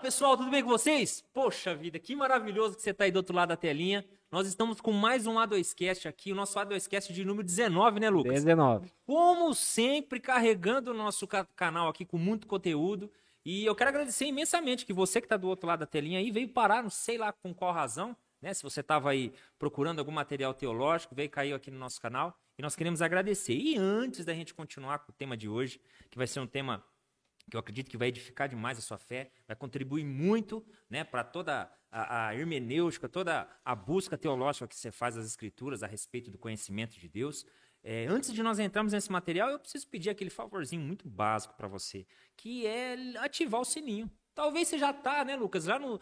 pessoal, tudo bem com vocês? Poxa vida, que maravilhoso que você está aí do outro lado da telinha. Nós estamos com mais um A2Cast aqui, o nosso A2Cast de número 19, né, Lucas? 19. Como sempre, carregando o nosso canal aqui com muito conteúdo. E eu quero agradecer imensamente que você que está do outro lado da telinha aí veio parar, não sei lá com qual razão, né? Se você estava aí procurando algum material teológico, veio cair aqui no nosso canal. E nós queremos agradecer. E antes da gente continuar com o tema de hoje, que vai ser um tema que eu acredito que vai edificar demais a sua fé, vai contribuir muito, né, para toda a hermenêutica, toda a busca teológica que você faz das Escrituras a respeito do conhecimento de Deus. Antes de nós entrarmos nesse material, eu preciso pedir aquele favorzinho muito básico para você, que é ativar o sininho. Talvez você já tá, né, Lucas, já no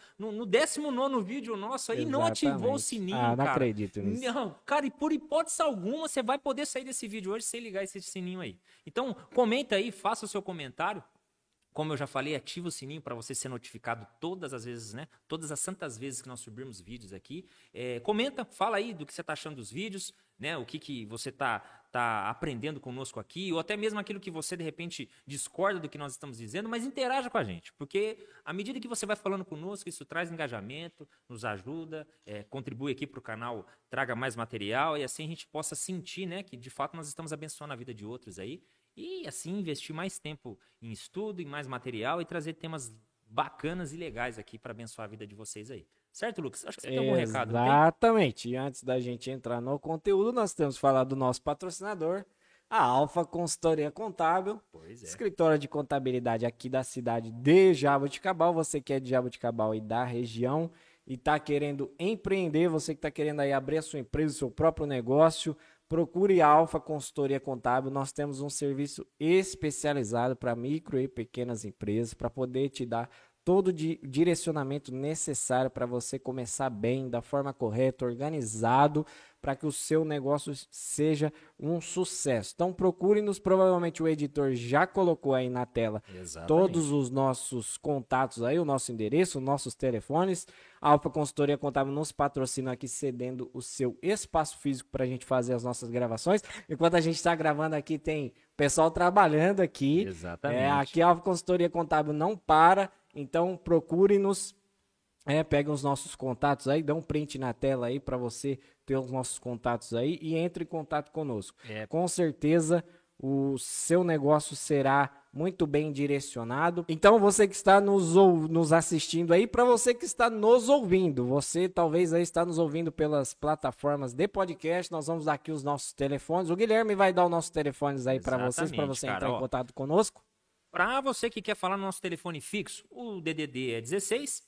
19º vídeo nosso aí, não ativou o sininho, não cara. acredito nisso. Não, cara, e por hipótese alguma, você vai poder sair desse vídeo hoje sem ligar esse sininho aí. Então, comenta aí, faça o seu comentário. Como eu já falei, ativa o sininho para você ser notificado todas as vezes, né? Todas as santas vezes que nós subirmos vídeos aqui. Comenta, fala aí do que você está achando dos vídeos, né? O que você tá aprendendo conosco aqui, ou até mesmo aquilo que você, de repente, discorda do que nós estamos dizendo, mas interaja com a gente, porque à medida que você vai falando conosco, isso traz engajamento, nos ajuda, contribui aqui para o canal, traga mais material, e assim a gente possa sentir, né, que de fato nós estamos abençoando a vida de outros aí. E assim investir mais tempo em estudo, em mais material e trazer temas bacanas e legais aqui para abençoar a vida de vocês aí. Certo, Lucas? Acho que você tem algum recado, não tem? Exatamente. E antes da gente entrar no conteúdo, nós temos que falar do nosso patrocinador, a Alfa Consultoria Contábil, escritório de contabilidade aqui da cidade de Jaboticabal. Você que é de Jaboticabal e da região e está querendo empreender, você que está querendo aí abrir a sua empresa, o seu próprio negócio, procure a Alfa Consultoria Contábil. Nós temos um serviço especializado para micro e pequenas empresas, para poder te dar todo o direcionamento necessário para você começar bem, da forma correta, organizado, para que o seu negócio seja um sucesso. Então procure-nos, provavelmente o editor já colocou aí na tela todos os nossos contatos aí, o nosso endereço, os nossos telefones. A Alfa Consultoria Contábil nos patrocina aqui, cedendo o seu espaço físico para a gente fazer as nossas gravações. Enquanto a gente está gravando aqui, tem pessoal trabalhando aqui. Exatamente. Aqui a Alfa Consultoria Contábil não para, então procure-nos. Pega os nossos contatos aí, dá um print na tela aí para você ter os nossos contatos aí e entre em contato conosco. Com certeza o seu negócio será muito bem direcionado. Então você que está nos assistindo aí, para você que está nos ouvindo, você talvez aí está nos ouvindo pelas plataformas de podcast, nós vamos dar aqui os nossos telefones. O Guilherme vai dar os nossos telefones aí para você entrar em contato conosco. Para você que quer falar no nosso telefone fixo, o DDD é 16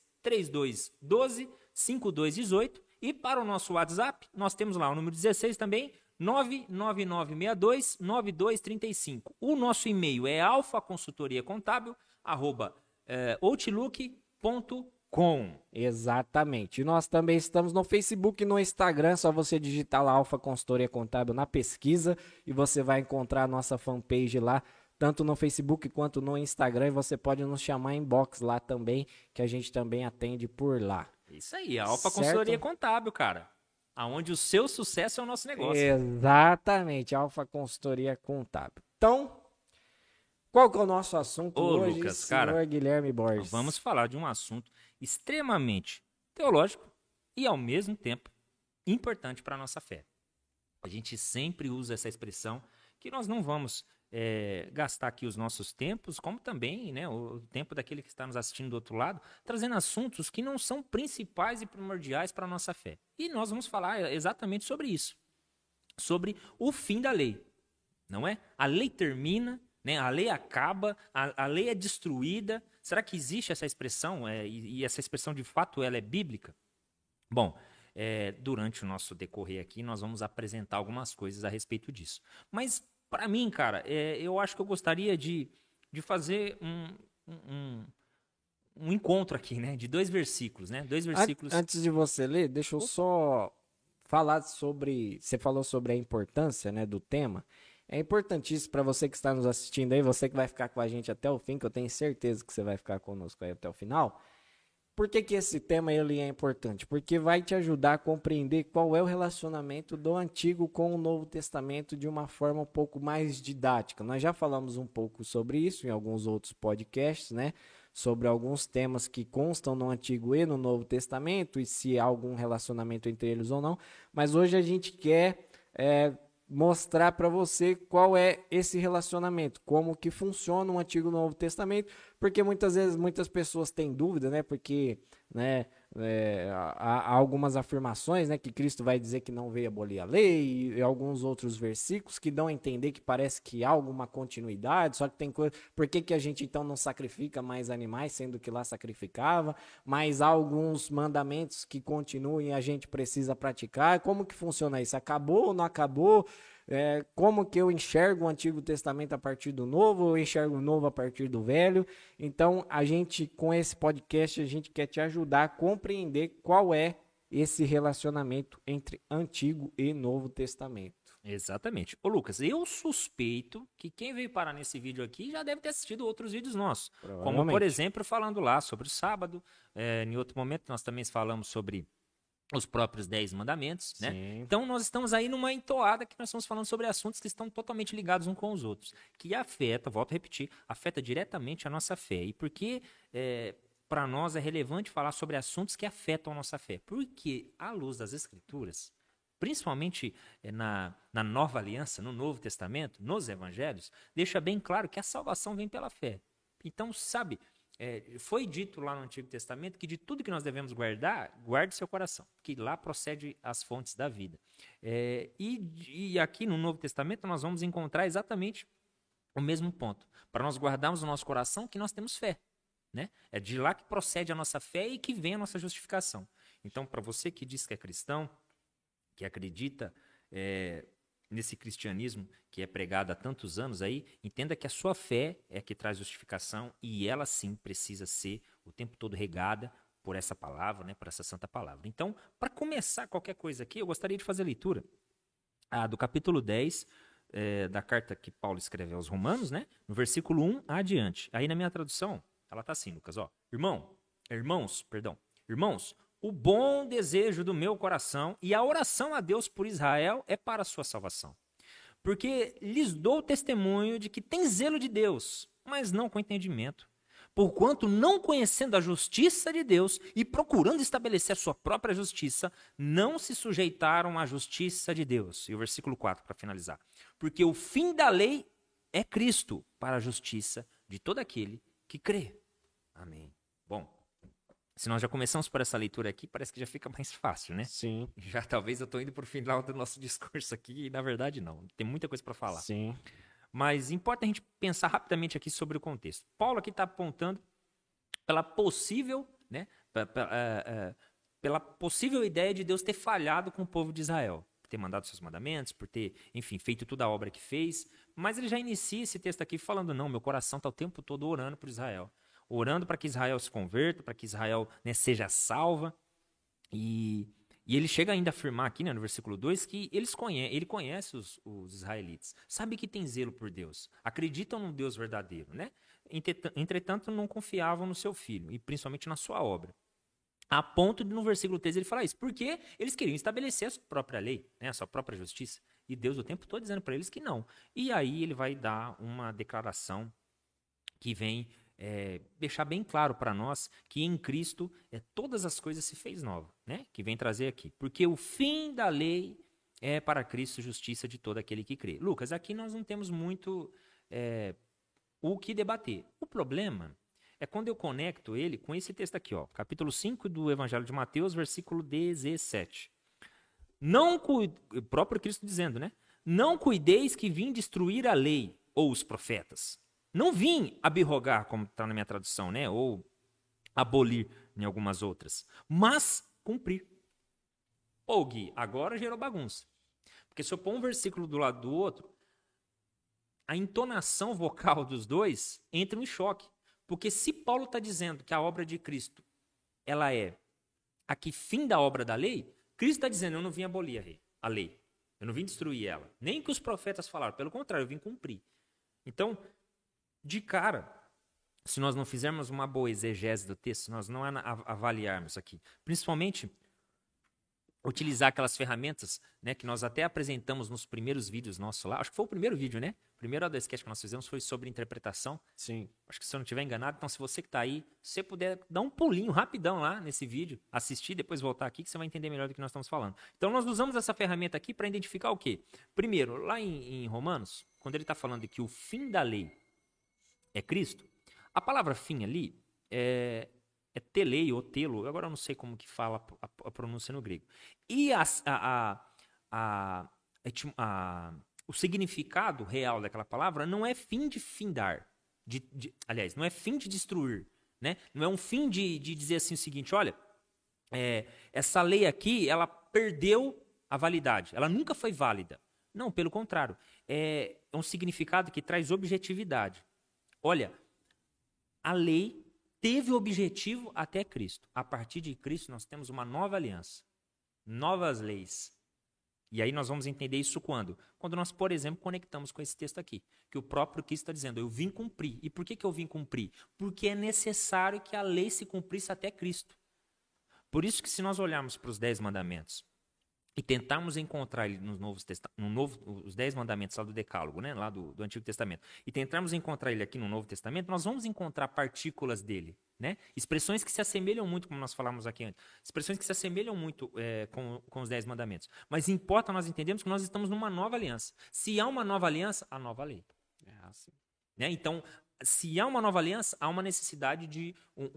3212 5218, e para o nosso WhatsApp, nós temos lá o número 16 também, 99962 9235. O nosso e-mail é alfaconsultoriacontábil@outlook.com. Exatamente. E nós também estamos no Facebook e no Instagram, só você digitar lá Alfa Consultoria Contábil na pesquisa e você vai encontrar a nossa fanpage lá, tanto no Facebook quanto no Instagram, e você pode nos chamar em inbox lá também, que a gente também atende por lá. Isso aí, a Alfa Consultoria Contábil, cara. Aonde o seu sucesso é o nosso negócio. Exatamente, Alfa Consultoria Contábil. Então, qual que é o nosso assunto hoje, Lucas, senhor cara, Guilherme Borges? Vamos falar de um assunto extremamente teológico e, ao mesmo tempo, importante para a nossa fé. A gente sempre usa essa expressão que nós não vamos gastar aqui os nossos tempos, como também, né, o tempo daquele que está nos assistindo do outro lado, trazendo assuntos que não são principais e primordiais para a nossa fé. E nós vamos falar exatamente sobre isso, sobre o fim da lei, não é? A lei termina, né, a lei acaba, a lei é destruída. Será que existe essa expressão, e essa expressão de fato ela é bíblica? Bom, durante o nosso decorrer aqui, nós vamos apresentar algumas coisas a respeito disso. Mas, para mim, cara, eu acho que eu gostaria de fazer um encontro aqui, né? De 2 versículos, né? 2 versículos. Antes de você ler, deixa eu só falar sobre... Você falou sobre a importância, né, do tema. É importantíssimo para você que está nos assistindo aí, você que vai ficar com a gente até o fim, que eu tenho certeza que você vai ficar conosco aí até o final. Por que esse tema ele é importante? Porque vai te ajudar a compreender qual é o relacionamento do Antigo com o Novo Testamento de uma forma um pouco mais didática. Nós já falamos um pouco sobre isso em alguns outros podcasts, né? sobre alguns temas que constam no Antigo e no Novo Testamento, e se há algum relacionamento entre eles ou não, mas hoje a gente quer mostrar para você qual é esse relacionamento, como que funciona o Antigo e o Novo Testamento, porque muitas vezes muitas pessoas têm dúvida, né? Porque, né, há algumas afirmações, né, que Cristo vai dizer que não veio abolir a lei, e alguns outros versículos que dão a entender que parece que há alguma continuidade, só que tem coisa. Por que a gente então não sacrifica mais animais, sendo que lá sacrificava? Mas há alguns mandamentos que continuam e a gente precisa praticar. Como que funciona isso? Acabou ou não acabou? Como que eu enxergo o Antigo Testamento a partir do Novo, eu enxergo o Novo a partir do Velho. Então, a gente, com esse podcast, a gente quer te ajudar a compreender qual é esse relacionamento entre Antigo e Novo Testamento. Exatamente. Ô Lucas, eu suspeito que quem veio parar nesse vídeo aqui já deve ter assistido outros vídeos nossos. Como, por exemplo, falando lá sobre o sábado. Em outro momento, nós também falamos sobre os próprios 10 mandamentos, né? Então, nós estamos aí numa entoada que nós estamos falando sobre assuntos que estão totalmente ligados uns com os outros, que afeta, volto a repetir, afeta diretamente a nossa fé. E por que para nós é relevante falar sobre assuntos que afetam a nossa fé? Porque, à luz das Escrituras, principalmente na Nova Aliança, no Novo Testamento, nos Evangelhos, deixa bem claro que a salvação vem pela fé. Então, sabe... foi dito lá no Antigo Testamento que de tudo que nós devemos guardar, guarde seu coração, que lá procede as fontes da vida. E aqui no Novo Testamento nós vamos encontrar exatamente o mesmo ponto. Para nós guardarmos o nosso coração, que nós temos fé. Né? É de lá que procede a nossa fé e que vem a nossa justificação. Então, para você que diz que é cristão, que acredita nesse cristianismo que é pregado há tantos anos aí, entenda que a sua fé é que traz justificação e ela sim precisa ser o tempo todo regada por essa palavra, né, por essa santa palavra. Então, para começar qualquer coisa aqui, eu gostaria de fazer a leitura do capítulo 10 da carta que Paulo escreve aos Romanos, né, no versículo 1 adiante. Aí na minha tradução, ela tá assim, Lucas, ó. Irmãos, o bom desejo do meu coração e a oração a Deus por Israel é para a sua salvação. Porque lhes dou testemunho de que tem zelo de Deus, mas não com entendimento. Porquanto, não conhecendo a justiça de Deus e procurando estabelecer a sua própria justiça, não se sujeitaram à justiça de Deus. E o versículo 4, para finalizar. Porque o fim da lei é Cristo para a justiça de todo aquele que crê. Amém. Bom, se nós já começamos por essa leitura aqui, parece que já fica mais fácil, né? Sim. Já talvez eu estou indo para o final do nosso discurso aqui e na verdade não. Tem muita coisa para falar. Sim. Mas importa a gente pensar rapidamente aqui sobre o contexto. Paulo aqui está apontando pela possível, né, pela possível ideia de Deus ter falhado com o povo de Israel. Por ter mandado seus mandamentos, por ter, enfim, feito toda a obra que fez. Mas ele já inicia esse texto aqui falando, não, meu coração está o tempo todo orando por Israel. Orando para que Israel se converta, para que Israel, né, seja salva. E ele chega ainda a afirmar aqui, né, no versículo 2, que ele conhece os israelitas. Sabe que tem zelo por Deus. Acreditam no Deus verdadeiro. Né? Entretanto, não confiavam no seu filho, e principalmente na sua obra. A ponto de, no versículo 3, ele fala isso. Porque eles queriam estabelecer a sua própria lei, né, a sua própria justiça. E Deus o tempo todo dizendo para eles que não. E aí ele vai dar uma declaração que vem... deixar bem claro para nós que em Cristo todas as coisas se fez nova, né? Que vem trazer aqui. Porque o fim da lei é para Cristo justiça de todo aquele que crê. Lucas, aqui nós não temos muito o que debater. O problema é quando eu conecto ele com esse texto aqui, ó, capítulo 5 do Evangelho de Mateus, versículo 17. O próprio Cristo dizendo, né? Não cuideis que vim destruir a lei ou os profetas. Não vim abrogar, como está na minha tradução, né? Ou abolir em algumas outras, mas cumprir. Ô, Gui, agora gerou bagunça. Porque se eu pôr um versículo do lado do outro, a entonação vocal dos dois entra em choque. Porque se Paulo está dizendo que a obra de Cristo ela é a que fim da obra da lei, Cristo está dizendo, eu não vim abolir a lei. Eu não vim destruir ela. Nem que os profetas falaram. Pelo contrário, eu vim cumprir. Então... de cara, se nós não fizermos uma boa exegese do texto, se nós não avaliarmos aqui, principalmente utilizar aquelas ferramentas, né, que nós até apresentamos nos primeiros vídeos nossos lá. Acho que foi o primeiro vídeo, né? O primeiro Audacast que nós fizemos foi sobre interpretação. Sim. Acho que se eu não estiver enganado. Então, se você que está aí, se você puder dar um pulinho rapidão lá nesse vídeo, assistir, depois voltar aqui, que você vai entender melhor do que nós estamos falando. Então, nós usamos essa ferramenta aqui para identificar o quê? Primeiro, lá em Romanos, quando ele está falando de que o fim da lei é Cristo, a palavra fim ali é telei ou telo, agora eu não sei como que fala a pronúncia no grego. E o significado real daquela palavra não é fim de findar, aliás, não é fim de destruir, né? Não é um fim de dizer assim o seguinte, olha, essa lei aqui, ela perdeu a validade, ela nunca foi válida. Não, pelo contrário, é um significado que traz objetividade. Olha, a lei teve o objetivo até Cristo. A partir de Cristo, nós temos uma nova aliança, novas leis. E aí nós vamos entender isso quando? Quando nós, por exemplo, conectamos com esse texto aqui, que o próprio Cristo está dizendo, eu vim cumprir. E por que eu vim cumprir? Porque é necessário que a lei se cumprisse até Cristo. Por isso que se nós olharmos para os 10 mandamentos e tentarmos encontrar ele os 10 mandamentos lá do Decálogo, né, lá do Antigo Testamento, e tentarmos encontrar ele aqui no Novo Testamento, nós vamos encontrar partículas dele, né? Expressões que se assemelham muito, como nós falamos aqui antes, expressões que se assemelham muito com os 10 mandamentos. Mas importa nós entendermos que nós estamos numa nova aliança. Se há uma nova aliança, há nova lei. É assim. Né? Então, se há uma nova aliança, há uma necessidade de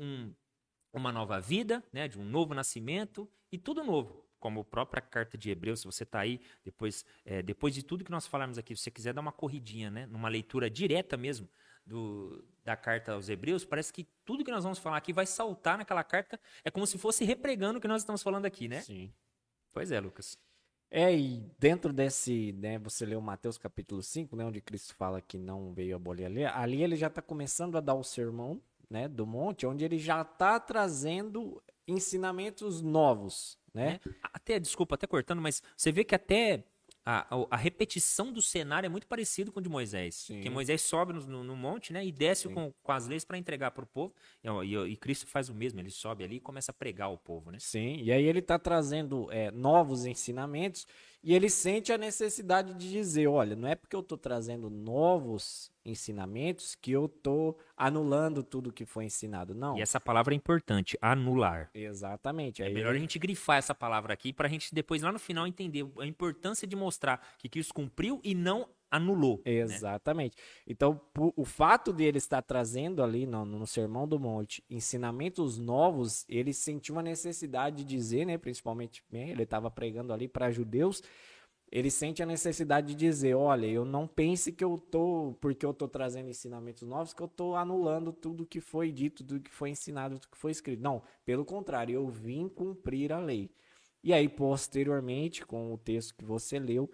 uma nova vida, né, de um novo nascimento e tudo novo. Como a própria carta de Hebreus, se você está aí, depois de tudo que nós falarmos aqui, se você quiser dar uma corridinha, né, numa leitura direta mesmo da carta aos Hebreus, parece que tudo que nós vamos falar aqui vai saltar naquela carta, é como se fosse repregando o que nós estamos falando aqui, né? Sim. Pois é, Lucas. E dentro desse, né, você leu Mateus capítulo 5, né, onde Cristo fala que não veio abolir a lei, ali ele já está começando a dar o sermão, né, do monte, onde ele já está trazendo ensinamentos novos, né? Desculpa, até cortando, mas você vê que até a repetição do cenário é muito parecido com o de Moisés. Sim. Porque Moisés sobe no monte, né, e desce com as leis para entregar para o povo. E Cristo faz o mesmo, ele sobe ali e começa a pregar ao povo, né? Sim, e aí ele está trazendo novos ensinamentos e ele sente a necessidade de dizer, olha, não é porque eu estou trazendo novos ensinamentos que eu estou anulando tudo que foi ensinado, não. E essa palavra é importante, anular. Exatamente. É melhor a gente grifar essa palavra aqui para a gente depois lá no final entender a importância de mostrar que Cristo cumpriu e não anulou. Exatamente. Né? Então, o fato de ele estar trazendo ali no Sermão do Monte ensinamentos novos, ele sentiu a necessidade de dizer, né, principalmente, ele estava pregando ali para judeus, ele sente a necessidade de dizer, olha, eu não pense que porque eu estou trazendo ensinamentos novos, que eu estou anulando tudo que foi dito, tudo que foi ensinado, tudo que foi escrito. Não, pelo contrário, eu vim cumprir a lei. E aí, posteriormente, com o texto que você leu,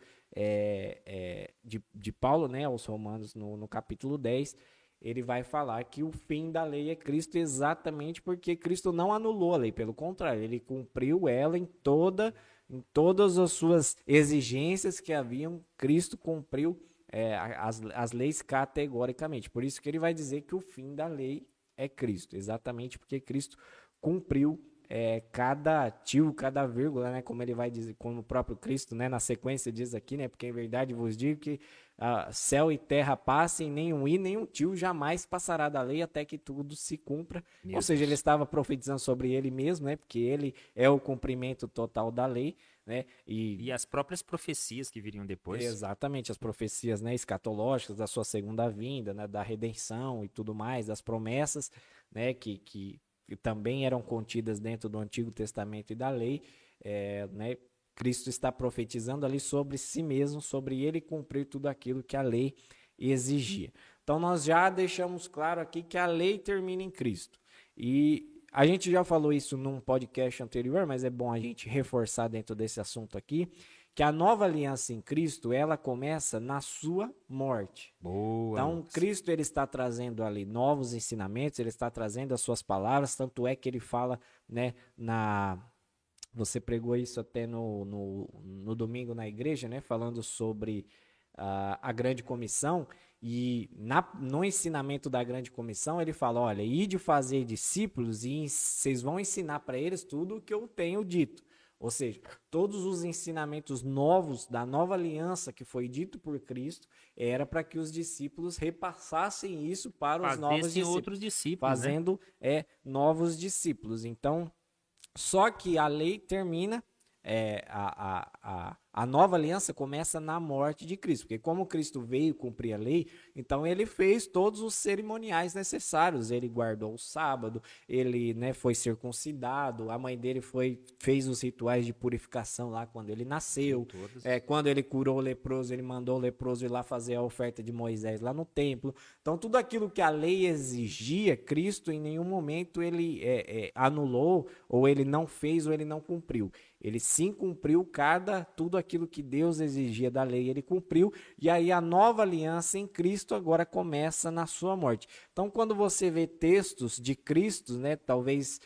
de Paulo, né, aos Romanos, no capítulo 10, ele vai falar que o fim da lei é Cristo exatamente porque Cristo não anulou a lei, pelo contrário, ele cumpriu ela em todas as suas exigências que haviam, Cristo cumpriu as leis categoricamente. Por isso que ele vai dizer que o fim da lei é Cristo, exatamente porque Cristo cumpriu cada tio, cada vírgula, né, como ele vai dizer, como o próprio Cristo, né, na sequência diz aqui, né, porque em verdade vos digo que céu e terra passem, nem um i, nem um tio jamais passará da lei até que tudo se cumpra. Ou seja, ele estava profetizando sobre ele mesmo, né, porque ele é o cumprimento total da lei, né, e as próprias profecias que viriam depois. Exatamente, as profecias, né, escatológicas da sua segunda vinda, né, da redenção e tudo mais, das promessas, né, que também eram contidas dentro do Antigo Testamento e da lei, né? Cristo está profetizando ali sobre si mesmo, sobre ele cumprir tudo aquilo que a lei exigia. Então nós já deixamos claro aqui que a lei termina em Cristo. E a gente já falou isso num podcast anterior, mas é bom a gente reforçar dentro desse assunto aqui, que a nova aliança em Cristo, ela começa na sua morte. Boa. Então, Cristo ele está trazendo ali novos ensinamentos, ele está trazendo as suas palavras, tanto é que ele fala, né, você pregou isso até no domingo na igreja, né, falando sobre a grande comissão, e no ensinamento da grande comissão ele fala, olha, ide fazer discípulos e vocês vão ensinar para eles tudo o que eu tenho dito. Ou seja, todos os ensinamentos novos da nova aliança que foi dito por Cristo era para que os discípulos repassassem isso para os novos discípulos. Outros discípulos, fazendo novos discípulos. Então, só que a lei termina, a nova aliança começa na morte de Cristo, porque como Cristo veio cumprir a lei, então ele fez todos os cerimoniais necessários, ele guardou o sábado, ele, né, foi circuncidado, a mãe dele fez os rituais de purificação lá quando ele nasceu, quando ele curou o leproso, ele mandou o leproso ir lá fazer a oferta de Moisés lá no templo. Então tudo aquilo que a lei exigia, Cristo em nenhum momento ele anulou, ou ele não fez, ou ele não cumpriu. Ele sim cumpriu tudo aquilo que Deus exigia da lei, ele cumpriu, e aí a nova aliança em Cristo agora começa na sua morte. Então, quando você vê textos de Cristo, né, talvez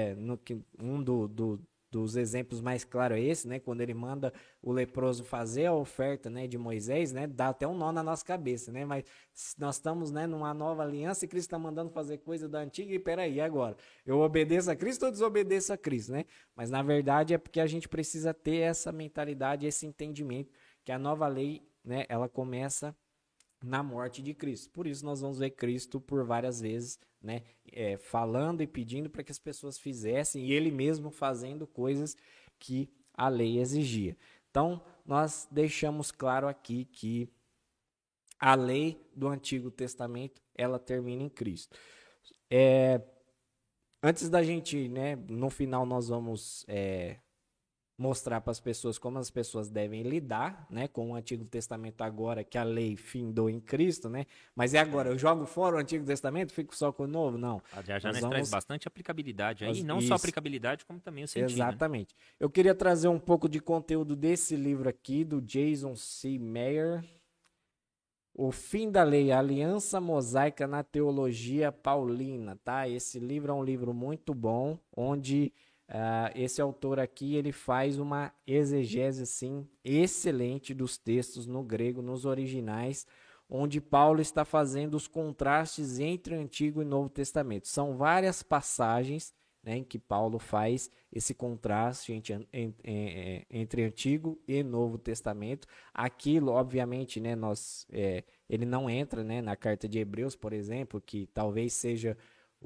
dos exemplos mais claros é esse, né, quando ele manda o leproso fazer a oferta, né, de Moisés, né, dá até um nó na nossa cabeça, né, mas nós estamos, né, numa nova aliança e Cristo está mandando fazer coisa da antiga e peraí, agora? Eu obedeço a Cristo ou desobedeço a Cristo, né? Mas na verdade é porque a gente precisa ter essa mentalidade, esse entendimento que a nova lei, né, ela começa na morte de Cristo. Por isso nós vamos ver Cristo por várias vezes, né, falando e pedindo para que as pessoas fizessem, e ele mesmo fazendo coisas que a lei exigia. Então, nós deixamos claro aqui que a lei do Antigo Testamento, ela termina em Cristo. Antes da gente, né, no final nós vamos mostrar para as pessoas como as pessoas devem lidar, né, com o Antigo Testamento agora que a lei findou em Cristo, né? Mas agora, eu jogo fora o Antigo Testamento, fico só com o Novo? Não. Já traz bastante aplicabilidade aí, não só aplicabilidade, como também o sentido. Exatamente. Né? Eu queria trazer um pouco de conteúdo desse livro aqui, do Jason C. Mayer, O Fim da Lei, a Aliança Mosaica na Teologia Paulina, tá? Esse livro é um livro muito bom, onde esse autor aqui, ele faz uma exegese, assim, excelente dos textos no grego, nos originais, onde Paulo está fazendo os contrastes entre o Antigo e o Novo Testamento. São várias passagens, né, em que Paulo faz esse contraste entre Antigo e Novo Testamento. Aquilo, obviamente, né, ele não entra, né, na carta de Hebreus, por exemplo, que talvez seja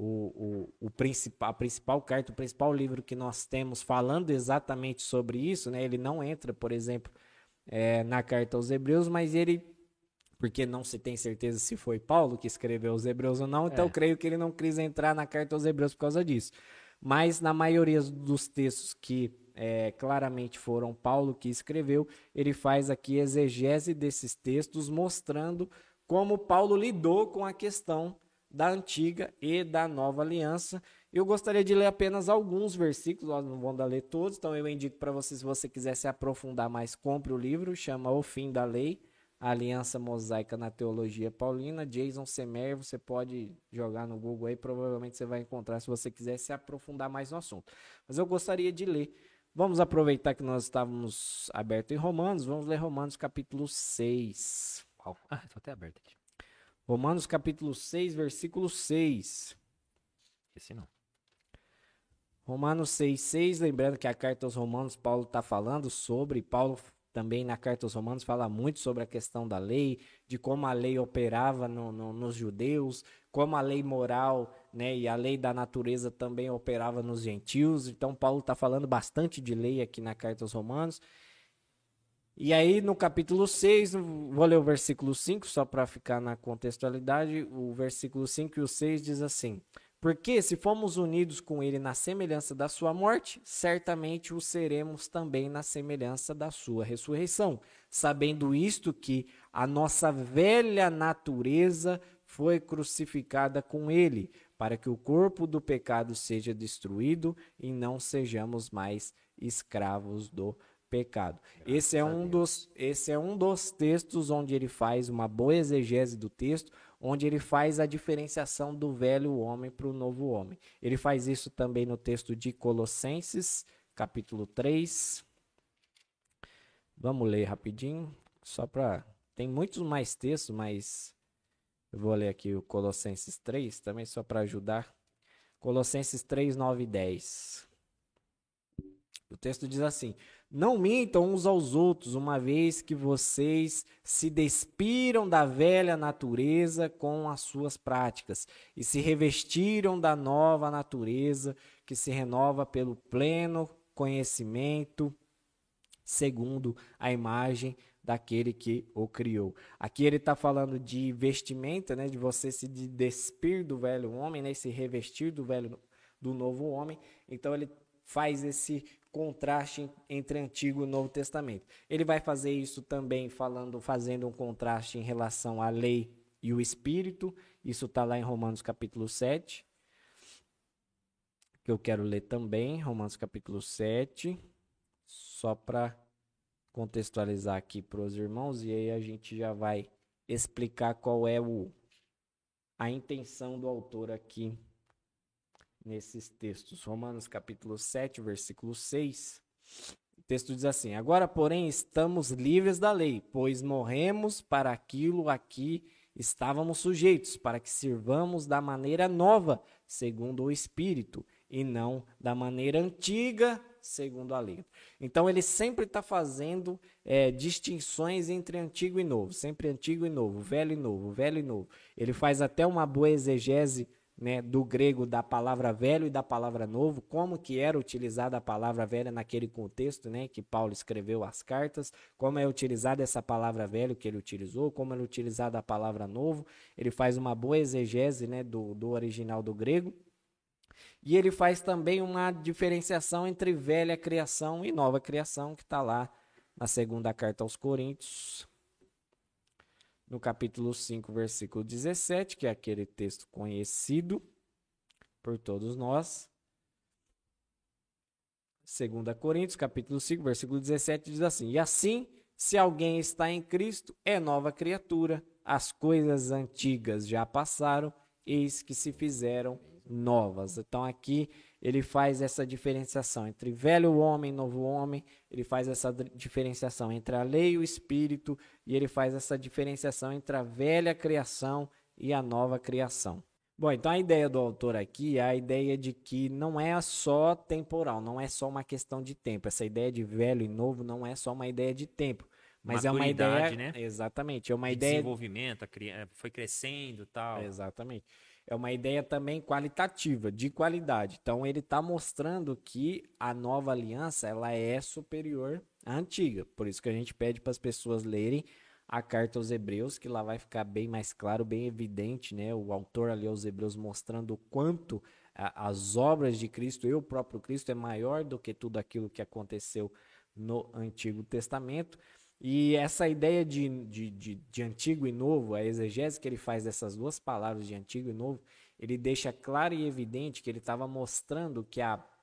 a principal carta, o principal livro que nós temos falando exatamente sobre isso, né? Ele não entra, por exemplo, na carta aos Hebreus, mas porque não se tem certeza se foi Paulo que escreveu os Hebreus ou não, então eu creio que ele não quis entrar na carta aos Hebreus por causa disso. Mas na maioria dos textos que claramente foram Paulo que escreveu, ele faz aqui exegese desses textos, mostrando como Paulo lidou com a questão da antiga e da nova aliança. Eu gostaria de ler apenas alguns versículos, nós não vamos ler todos, então eu indico para você, se você quiser se aprofundar mais, compre o livro, chama O Fim da Lei, a Aliança Mosaica na Teologia Paulina, Jason C. Mayer, você pode jogar no Google aí, provavelmente você vai encontrar, se você quiser se aprofundar mais no assunto. Mas eu gostaria de ler. Vamos aproveitar que nós estávamos abertos em Romanos, vamos ler Romanos capítulo 6. Estou até aberto aqui. Romanos capítulo 6, versículo 6. Esse não. Romanos 6,6, lembrando que a carta aos Romanos, Paulo está falando sobre, Paulo também na carta aos Romanos fala muito sobre a questão da lei, de como a lei operava nos judeus, como a lei moral, né, e a lei da natureza também operava nos gentios. Então Paulo está falando bastante de lei aqui na carta aos Romanos. E aí, no capítulo 6, vou ler o versículo 5, só para ficar na contextualidade. O versículo 5 e o 6 diz assim: Porque se fomos unidos com ele na semelhança da sua morte, certamente o seremos também na semelhança da sua ressurreição. Sabendo isto, que a nossa velha natureza foi crucificada com ele, para que o corpo do pecado seja destruído e não sejamos mais escravos do pecado. Esse é um dos textos onde ele faz uma boa exegese do texto, onde ele faz a diferenciação do velho homem para o novo homem. Ele faz isso também no texto de Colossenses, capítulo 3. Vamos ler rapidinho, tem muitos mais textos, mas eu vou ler aqui o Colossenses 3, também só para ajudar. Colossenses 3, 9 e 10. O texto diz assim: não mintam uns aos outros, uma vez que vocês se despiram da velha natureza com as suas práticas e se revestiram da nova natureza que se renova pelo pleno conhecimento, segundo a imagem daquele que o criou. Aqui ele está falando de vestimenta, né, de você se despir do velho homem, né, se revestir do novo homem. Então ele faz esse contraste entre Antigo e Novo Testamento. Ele vai fazer isso também fazendo um contraste em relação à lei e o Espírito. Isso está lá em Romanos capítulo 7, que eu quero ler também, Romanos capítulo 7, só para contextualizar aqui para os irmãos, e aí a gente já vai explicar qual é a intenção do autor aqui nesses textos. Romanos capítulo 7, versículo 6. O texto diz assim: agora, porém, estamos livres da lei, pois morremos para aquilo a que estávamos sujeitos, para que sirvamos da maneira nova, segundo o Espírito, e não da maneira antiga, segundo a lei. Então ele sempre está fazendo distinções entre antigo e novo, sempre antigo e novo, velho e novo, velho e novo. Ele faz até uma boa exegese, né, do grego da palavra velho e da palavra novo, como que era utilizada a palavra velha naquele contexto, né, que Paulo escreveu as cartas, como é utilizada essa palavra velho que ele utilizou, como é utilizada a palavra novo. Ele faz uma boa exegese, né, do original do grego. E ele faz também uma diferenciação entre velha criação e nova criação, que está lá na segunda carta aos Coríntios, no capítulo 5, versículo 17, que é aquele texto conhecido por todos nós. 2 Coríntios, capítulo 5, versículo 17, diz assim: e assim, se alguém está em Cristo, é nova criatura, as coisas antigas já passaram, eis que se fizeram novas. Então aqui ele faz essa diferenciação entre velho homem e novo homem, ele faz essa diferenciação entre a lei e o Espírito, e ele faz essa diferenciação entre a velha criação e a nova criação. Bom, então a ideia do autor aqui é a ideia de que não é só temporal, não é só uma questão de tempo. Essa ideia de velho e novo não é só uma ideia de tempo, mas é uma ideia, né? Exatamente, é uma de ideia de desenvolvimento, foi crescendo, tal. Exatamente. É uma ideia também qualitativa, de qualidade. Então ele está mostrando que a nova aliança ela é superior à antiga. Por isso que a gente pede para as pessoas lerem a carta aos Hebreus, que lá vai ficar bem mais claro, bem evidente, né? O autor ali aos Hebreus mostrando o quanto as obras de Cristo e o próprio Cristo é maior do que tudo aquilo que aconteceu no Antigo Testamento. E essa ideia de antigo e novo, a exegese que ele faz dessas duas palavras de antigo e novo, ele deixa claro e evidente que ele estava mostrando que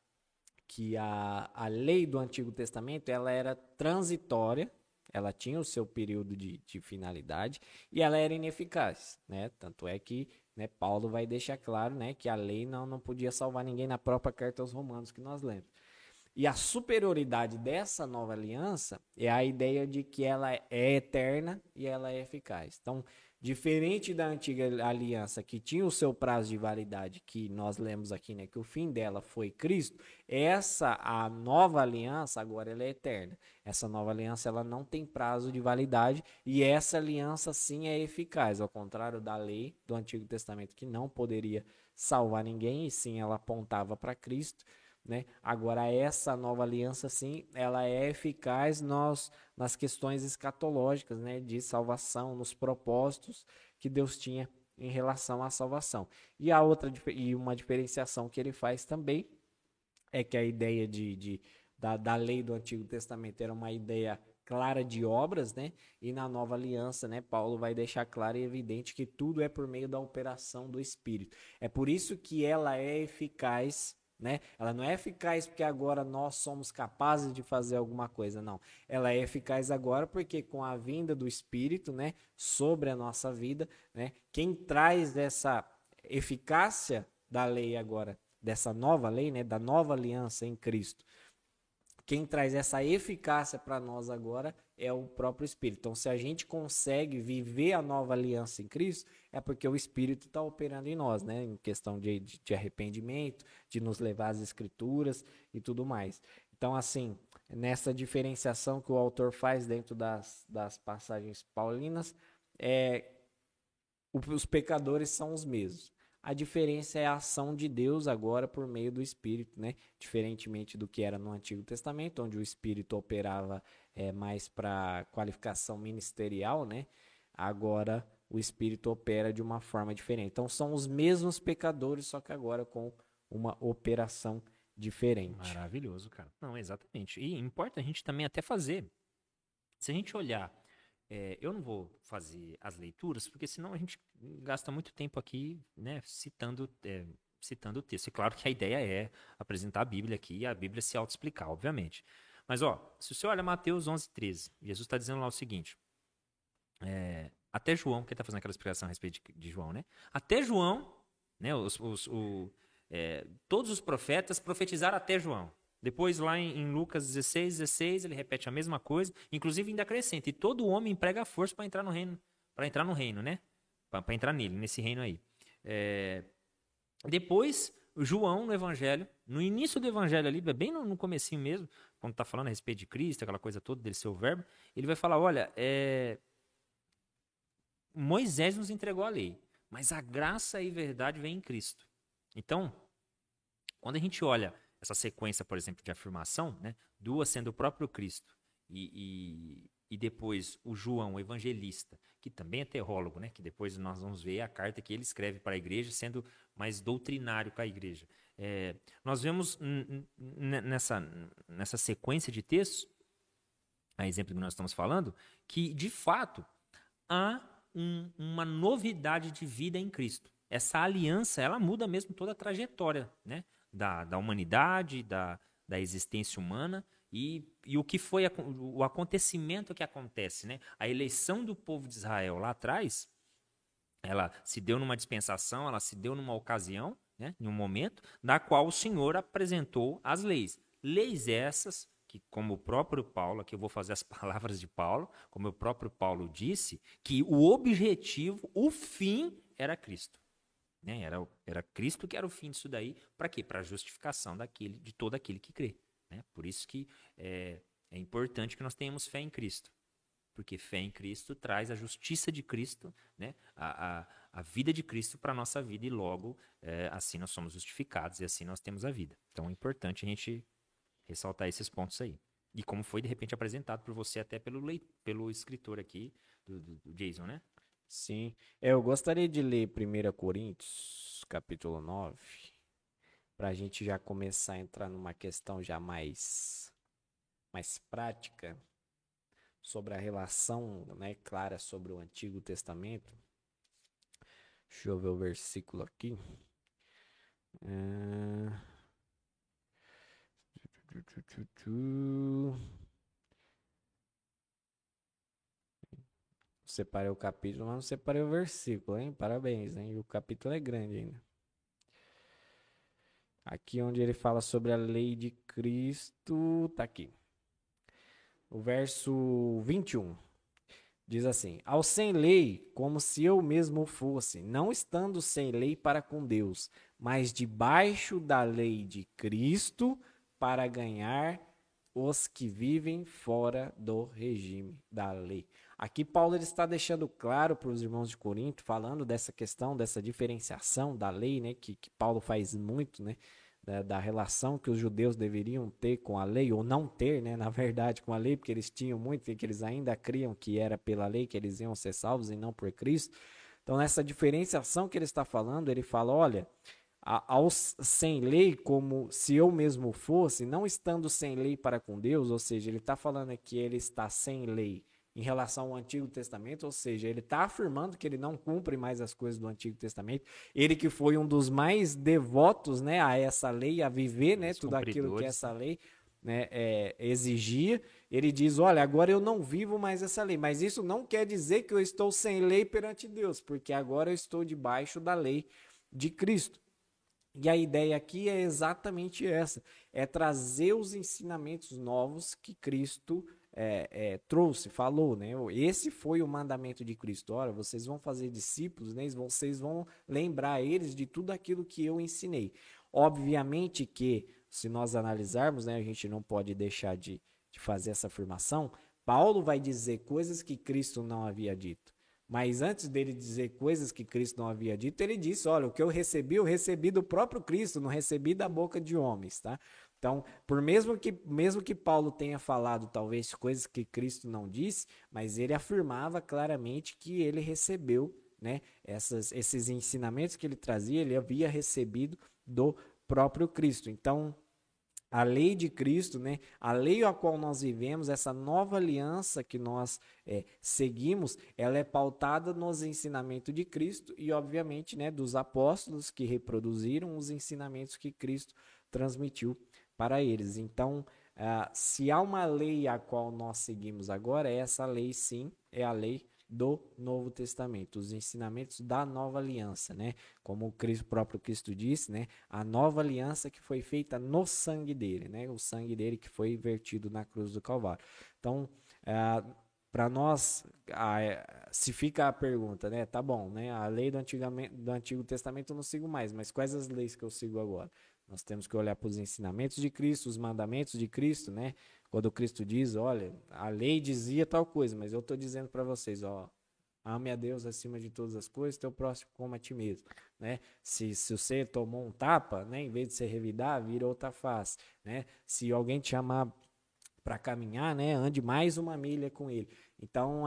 a lei do Antigo Testamento ela era transitória, ela tinha o seu período de finalidade e ela era ineficaz, né? Tanto é que, né, Paulo vai deixar claro, né, que a lei não podia salvar ninguém na própria carta aos Romanos que nós lemos. E a superioridade dessa nova aliança é a ideia de que ela é eterna e ela é eficaz. Então, diferente da antiga aliança que tinha o seu prazo de validade, que nós lemos aqui, né, que o fim dela foi Cristo, a nova aliança agora ela é eterna. Essa nova aliança ela não tem prazo de validade e essa aliança sim é eficaz, ao contrário da lei do Antigo Testamento que não poderia salvar ninguém e sim ela apontava para Cristo. Né? Agora, essa nova aliança, sim, ela é eficaz nas questões escatológicas, né? De salvação, nos propósitos que Deus tinha em relação à salvação. E uma diferenciação que ele faz também é que a ideia da lei do Antigo Testamento era uma ideia clara de obras, né? E na nova aliança, né, Paulo vai deixar claro e evidente que tudo é por meio da operação do Espírito. É por isso que ela é eficaz, né? Ela não é eficaz porque agora nós somos capazes de fazer alguma coisa, não. Ela é eficaz agora porque com a vinda do Espírito, né, sobre a nossa vida, né, quem traz essa eficácia da lei agora, dessa nova lei, né, da nova aliança em Cristo, quem traz essa eficácia para nós agora é o próprio Espírito. Então, se a gente consegue viver a nova aliança em Cristo, é porque o Espírito está operando em nós, né? Em questão de arrependimento, de nos levar às Escrituras e tudo mais. Então, assim, nessa diferenciação que o autor faz dentro das passagens paulinas, os pecadores são os mesmos. A diferença é a ação de Deus agora por meio do Espírito, né? Diferentemente do que era no Antigo Testamento, onde o Espírito operava mais para qualificação ministerial, né? Agora o Espírito opera de uma forma diferente. Então são os mesmos pecadores, só que agora com uma operação diferente. Maravilhoso, cara. Não, exatamente. E importa a gente também até fazer. Se a gente olhar, eu não vou fazer as leituras, porque senão a gente gasta muito tempo aqui, né, citando o texto. E claro que a ideia é apresentar a Bíblia aqui e a Bíblia se autoexplicar, obviamente. Mas, se você olha Mateus 11:13, Jesus está dizendo lá o seguinte, até João, que ele está fazendo aquela explicação a respeito de João, né? Até João, né, todos os profetas profetizaram até João. Depois, lá em Lucas 16, ele repete a mesma coisa, inclusive ainda acrescenta. E todo homem emprega a força para entrar no reino, né? Para entrar nesse reino aí. Depois, João, no evangelho, no início do evangelho ali, bem no comecinho mesmo, quando está falando a respeito de Cristo, aquela coisa toda dele ser o verbo, ele vai falar, olha, Moisés nos entregou a lei, mas a graça e verdade vem em Cristo. Então, quando a gente olha essa sequência, por exemplo, de afirmação, né, duas sendo o próprio Cristo e depois o João, o evangelista, que também é teólogo, né, que depois nós vamos ver a carta que ele escreve para a igreja, sendo mais doutrinário com a igreja. Nós vemos nessa sequência de textos, a exemplo do que nós estamos falando, que de fato há uma novidade de vida em Cristo. Essa aliança, ela muda mesmo toda a trajetória, né, da humanidade, da existência humana e o que foi o acontecimento que acontece, né? A eleição do povo de Israel lá atrás, ela se deu numa dispensação, ela se deu numa ocasião, né, em um momento, na qual o Senhor apresentou as leis. Leis essas que, como o próprio Paulo, aqui eu vou fazer as palavras de Paulo, como o próprio Paulo disse, que o objetivo, o fim, era Cristo. Né? Era Cristo que era o fim disso daí. Para quê? Para a justificação de todo aquele que crê. Né? Por isso que é importante que nós tenhamos fé em Cristo. Porque fé em Cristo traz a justiça de Cristo, né? a vida de Cristo para a nossa vida e logo assim nós somos justificados e assim nós temos a vida. Então é importante a gente ressaltar esses pontos aí. E como foi de repente apresentado por você até pelo escritor aqui, do Jason, né? Sim, eu gostaria de ler 1 Coríntios, capítulo 9, para a gente já começar a entrar numa questão já mais prática sobre a relação, né, clara sobre o Antigo Testamento. Deixa eu ver o versículo aqui. Separei o capítulo, mas não separei o versículo, hein? Parabéns, hein? E o capítulo é grande ainda. Aqui onde ele fala sobre a lei de Cristo, tá aqui. O verso 21 diz assim: ao sem lei, como se eu mesmo fosse, não estando sem lei para com Deus, mas debaixo da lei de Cristo, para ganhar os que vivem fora do regime da lei. Aqui Paulo ele está deixando claro para os irmãos de Corinto, falando dessa questão, dessa diferenciação da lei, né, que Paulo faz muito, né, da relação que os judeus deveriam ter com a lei, ou não ter, né, na verdade, com a lei, porque eles tinham muito, e que eles ainda criam que era pela lei que eles iam ser salvos e não por Cristo. Então, nessa diferenciação que ele está falando, ele fala, olha, aos sem lei, como se eu mesmo fosse, não estando sem lei para com Deus, ou seja, ele está falando que ele está sem lei em relação ao Antigo Testamento, ou seja, ele está afirmando que ele não cumpre mais as coisas do Antigo Testamento, ele que foi um dos mais devotos, né, a essa lei, a viver, né, tudo aquilo que essa lei, né, exigia, ele diz, olha, agora eu não vivo mais essa lei, mas isso não quer dizer que eu estou sem lei perante Deus, porque agora eu estou debaixo da lei de Cristo. E a ideia aqui é exatamente essa, é trazer os ensinamentos novos que Cristo trouxe, falou, né? Esse foi o mandamento de Cristo. Ora, vocês vão fazer discípulos, né? Vocês vão lembrar eles de tudo aquilo que eu ensinei. Obviamente que se nós analisarmos, né, a gente não pode deixar de fazer essa afirmação, Paulo vai dizer coisas que Cristo não havia dito. Mas antes dele dizer coisas que Cristo não havia dito, ele disse, olha, o que eu recebi do próprio Cristo, não recebi da boca de homens, tá? Então, mesmo que Paulo tenha falado talvez coisas que Cristo não disse, mas ele afirmava claramente que ele recebeu, né, esses ensinamentos que ele trazia, ele havia recebido do próprio Cristo. Então, a lei de Cristo, né, a lei a qual nós vivemos, essa nova aliança que nós seguimos, ela é pautada nos ensinamentos de Cristo e, obviamente, né, dos apóstolos que reproduziram os ensinamentos que Cristo transmitiu para eles. Então, se há uma lei a qual nós seguimos agora, essa lei sim é a lei do Novo Testamento, os ensinamentos da nova aliança, né? Como o próprio Cristo disse, né? A nova aliança que foi feita no sangue dele, né? O sangue dele que foi vertido na cruz do Calvário. Então, para nós, se fica a pergunta, né? Tá bom, né? A lei do Antigo Testamento eu não sigo mais, mas quais as leis que eu sigo agora? Nós temos que olhar para os ensinamentos de Cristo, os mandamentos de Cristo, né? Quando Cristo diz, olha, a lei dizia tal coisa, mas eu estou dizendo para vocês, ó, ame a Deus acima de todas as coisas, teu próximo como a ti mesmo, né? Se você tomou um tapa, né, em vez de você revidar, vira outra face, né? Se alguém te chamar para caminhar, né, ande mais uma milha com ele. Então,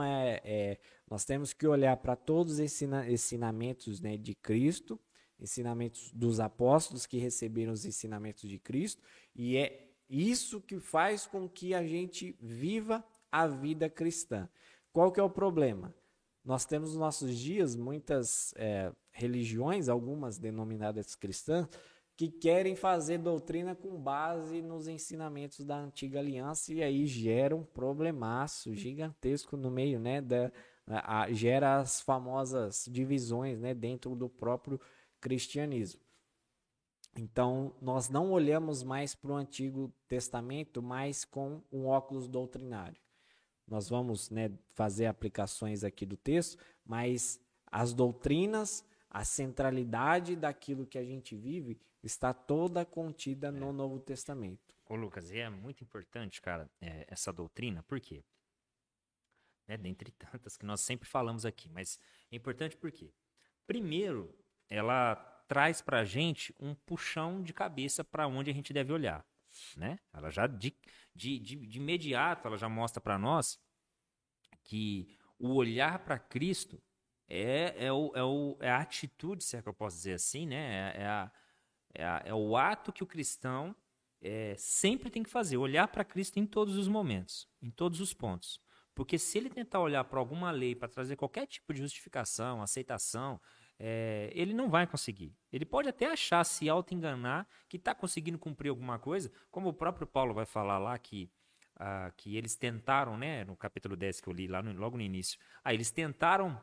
nós temos que olhar para todos os ensinamentos, né, de Cristo, ensinamentos dos apóstolos que receberam os ensinamentos de Cristo, e é isso que faz com que a gente viva a vida cristã. Qual que é o problema? Nós temos nos nossos dias muitas religiões, algumas denominadas cristãs, que querem fazer doutrina com base nos ensinamentos da antiga aliança e aí gera um problemaço gigantesco no meio, né? Gera as famosas divisões, né, dentro do próprio cristianismo. Então, nós não olhamos mais para o Antigo Testamento, mas com um óculos doutrinário. Nós vamos, né, fazer aplicações aqui do texto, mas as doutrinas, a centralidade daquilo que a gente vive está toda contida no Novo Testamento. Ô Lucas, e é muito importante, cara, essa doutrina, por quê? Dentre tantas que nós sempre falamos aqui, mas é importante por quê? Primeiro, ela traz para a gente um puxão de cabeça para onde a gente deve olhar, né? Ela já de imediato ela já mostra para nós que o olhar para Cristo é a atitude, se é que eu posso dizer assim, né? É o ato que o cristão sempre tem que fazer, olhar para Cristo em todos os momentos, em todos os pontos. Porque se ele tentar olhar para alguma lei para trazer qualquer tipo de justificação, aceitação, ele não vai conseguir. Ele pode até achar, se auto-enganar, que está conseguindo cumprir alguma coisa, como o próprio Paulo vai falar lá que eles tentaram, né, no capítulo 10 que eu li lá logo no início, eles tentaram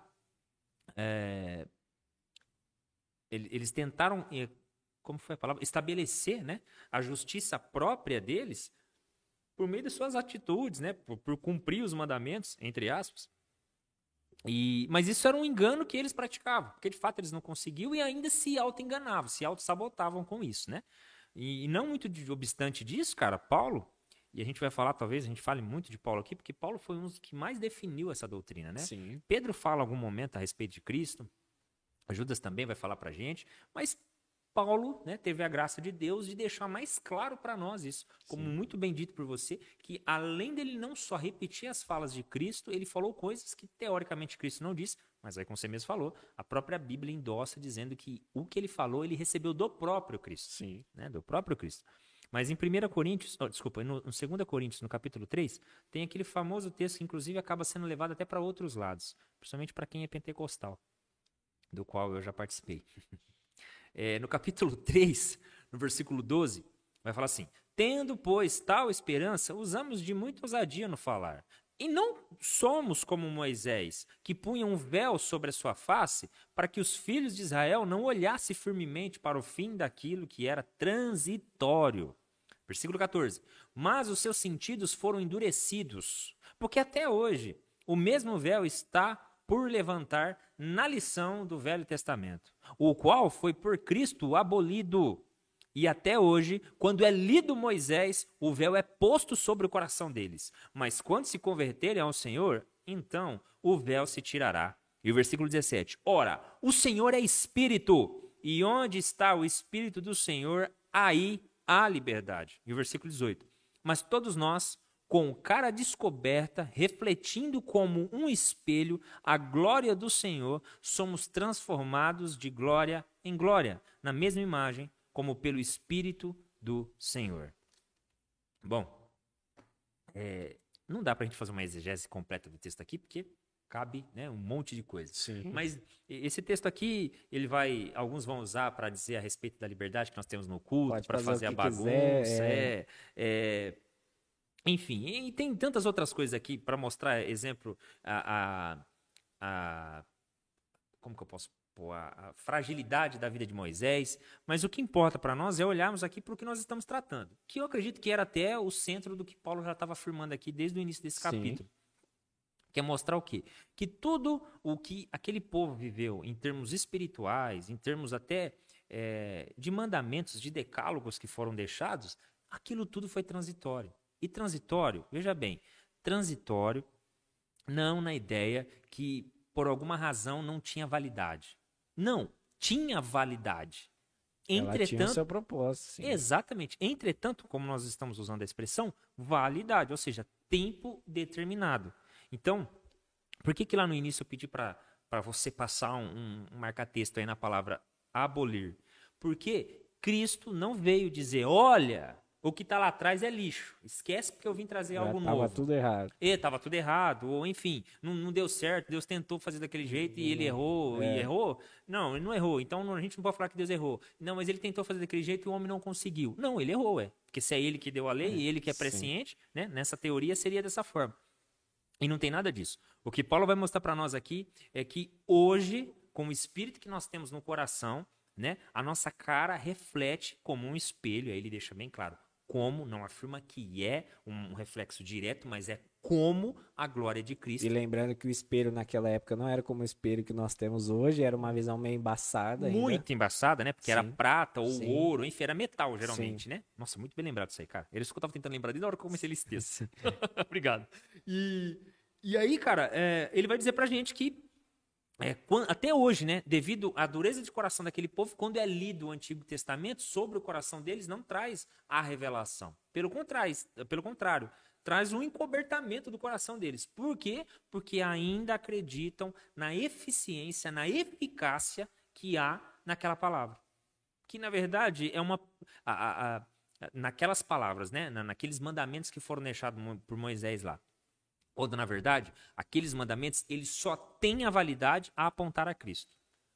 como foi a palavra? Estabelecer, né, a justiça própria deles por meio de suas atitudes, né, por cumprir os mandamentos, entre aspas. Mas isso era um engano que eles praticavam, porque de fato eles não conseguiam e ainda se auto-enganavam, se auto-sabotavam com isso, né? E não muito obstante disso, cara, Paulo, e a gente vai falar, talvez a gente fale muito de Paulo aqui, porque Paulo foi um dos que mais definiu essa doutrina, né? Sim. Pedro fala em algum momento a respeito de Cristo, Judas também vai falar pra gente, mas Paulo, né, teve a graça de Deus de deixar mais claro para nós isso, como muito bem dito por você, que além dele não só repetir as falas de Cristo, ele falou coisas que teoricamente Cristo não disse, mas aí como você mesmo falou, a própria Bíblia endossa dizendo que o que ele falou, ele recebeu do próprio Cristo. Sim. Né, do próprio Cristo. Mas em 1 Coríntios, no 2 Coríntios, no capítulo 3, tem aquele famoso texto que inclusive acaba sendo levado até para outros lados, principalmente para quem é pentecostal, do qual eu já participei. No capítulo 3, no versículo 12, vai falar assim: tendo, pois, tal esperança, usamos de muita ousadia no falar. E não somos como Moisés, que punha um véu sobre a sua face, para que os filhos de Israel não olhassem firmemente para o fim daquilo que era transitório. Versículo 14. Mas os seus sentidos foram endurecidos, porque até hoje o mesmo véu está por levantar na lição do Velho Testamento, o qual foi por Cristo abolido, E até hoje, quando é lido Moisés, o véu é posto sobre o coração deles. Mas quando se converterem ao Senhor, então o véu se tirará. E o versículo 17. Ora, o Senhor é Espírito, e onde está o Espírito do Senhor, aí há liberdade. E o versículo 18. Mas todos nós, com cara descoberta, refletindo como um espelho a glória do Senhor, somos transformados de glória em glória, na mesma imagem, como pelo Espírito do Senhor. Bom, não dá para a gente fazer uma exegese completa do texto aqui, porque cabe, né, um monte de coisa. Sim. Mas esse texto aqui, alguns vão usar para dizer a respeito da liberdade que nós temos no culto, para fazer a bagunça. Enfim, e tem tantas outras coisas aqui para mostrar exemplo como que eu posso pôr, a fragilidade da vida de Moisés, mas o que importa para nós é olharmos aqui para o que nós estamos tratando, que eu acredito que era até o centro do que Paulo já estava afirmando aqui desde o início desse capítulo. Que é mostrar o quê? Que tudo o que aquele povo viveu em termos espirituais, em termos até de mandamentos, de decálogos que foram deixados, aquilo tudo foi transitório. E transitório, veja bem, transitório não na ideia que por alguma razão não tinha validade. Não, tinha validade. Ela tinha o seu propósito. Sim. Exatamente. Entretanto, como nós estamos usando a expressão, validade, ou seja, tempo determinado. Então, por que lá no início eu pedi para você passar um marca-texto aí na palavra abolir? Porque Cristo não veio dizer, olha, o que está lá atrás é lixo. Esquece porque eu vim trazer algo novo. Estava tudo errado. Estava tudo errado. Ou, enfim, não deu certo. Deus tentou fazer daquele jeito e ele errou. E errou? Não, ele não errou. Então a gente não pode falar que Deus errou. Não, mas ele tentou fazer daquele jeito e o homem não conseguiu. Não, ele errou, Porque se é ele que deu a lei e ele que é presciente, né? Nessa teoria seria dessa forma. E não tem nada disso. O que Paulo vai mostrar para nós aqui é que hoje, com o espírito que nós temos no coração, né, a nossa cara reflete como um espelho. Aí ele deixa bem claro. Como, não afirma que é um reflexo direto, mas é como a glória de Cristo. E lembrando que o espelho naquela época não era como o espelho que nós temos hoje, era uma visão meio embaçada. Muito embaçada, né? Porque era prata ou ouro, enfim, era metal, geralmente, né? Nossa, muito bem lembrado isso aí, cara. Era isso que eu tava tentando lembrar desde a hora que eu comecei esse texto. Obrigado. E aí, cara, ele vai dizer pra gente que até hoje, né, devido à dureza de coração daquele povo, quando é lido o Antigo Testamento, sobre o coração deles não traz a revelação. Pelo contrário, traz um encobertamento do coração deles. Por quê? Porque ainda acreditam na eficiência, na eficácia que há naquela palavra. Que, na verdade, é naquelas palavras, né, naqueles mandamentos que foram deixados por Moisés lá. Ou, na verdade, aqueles mandamentos, eles só têm a validade a apontar a Cristo.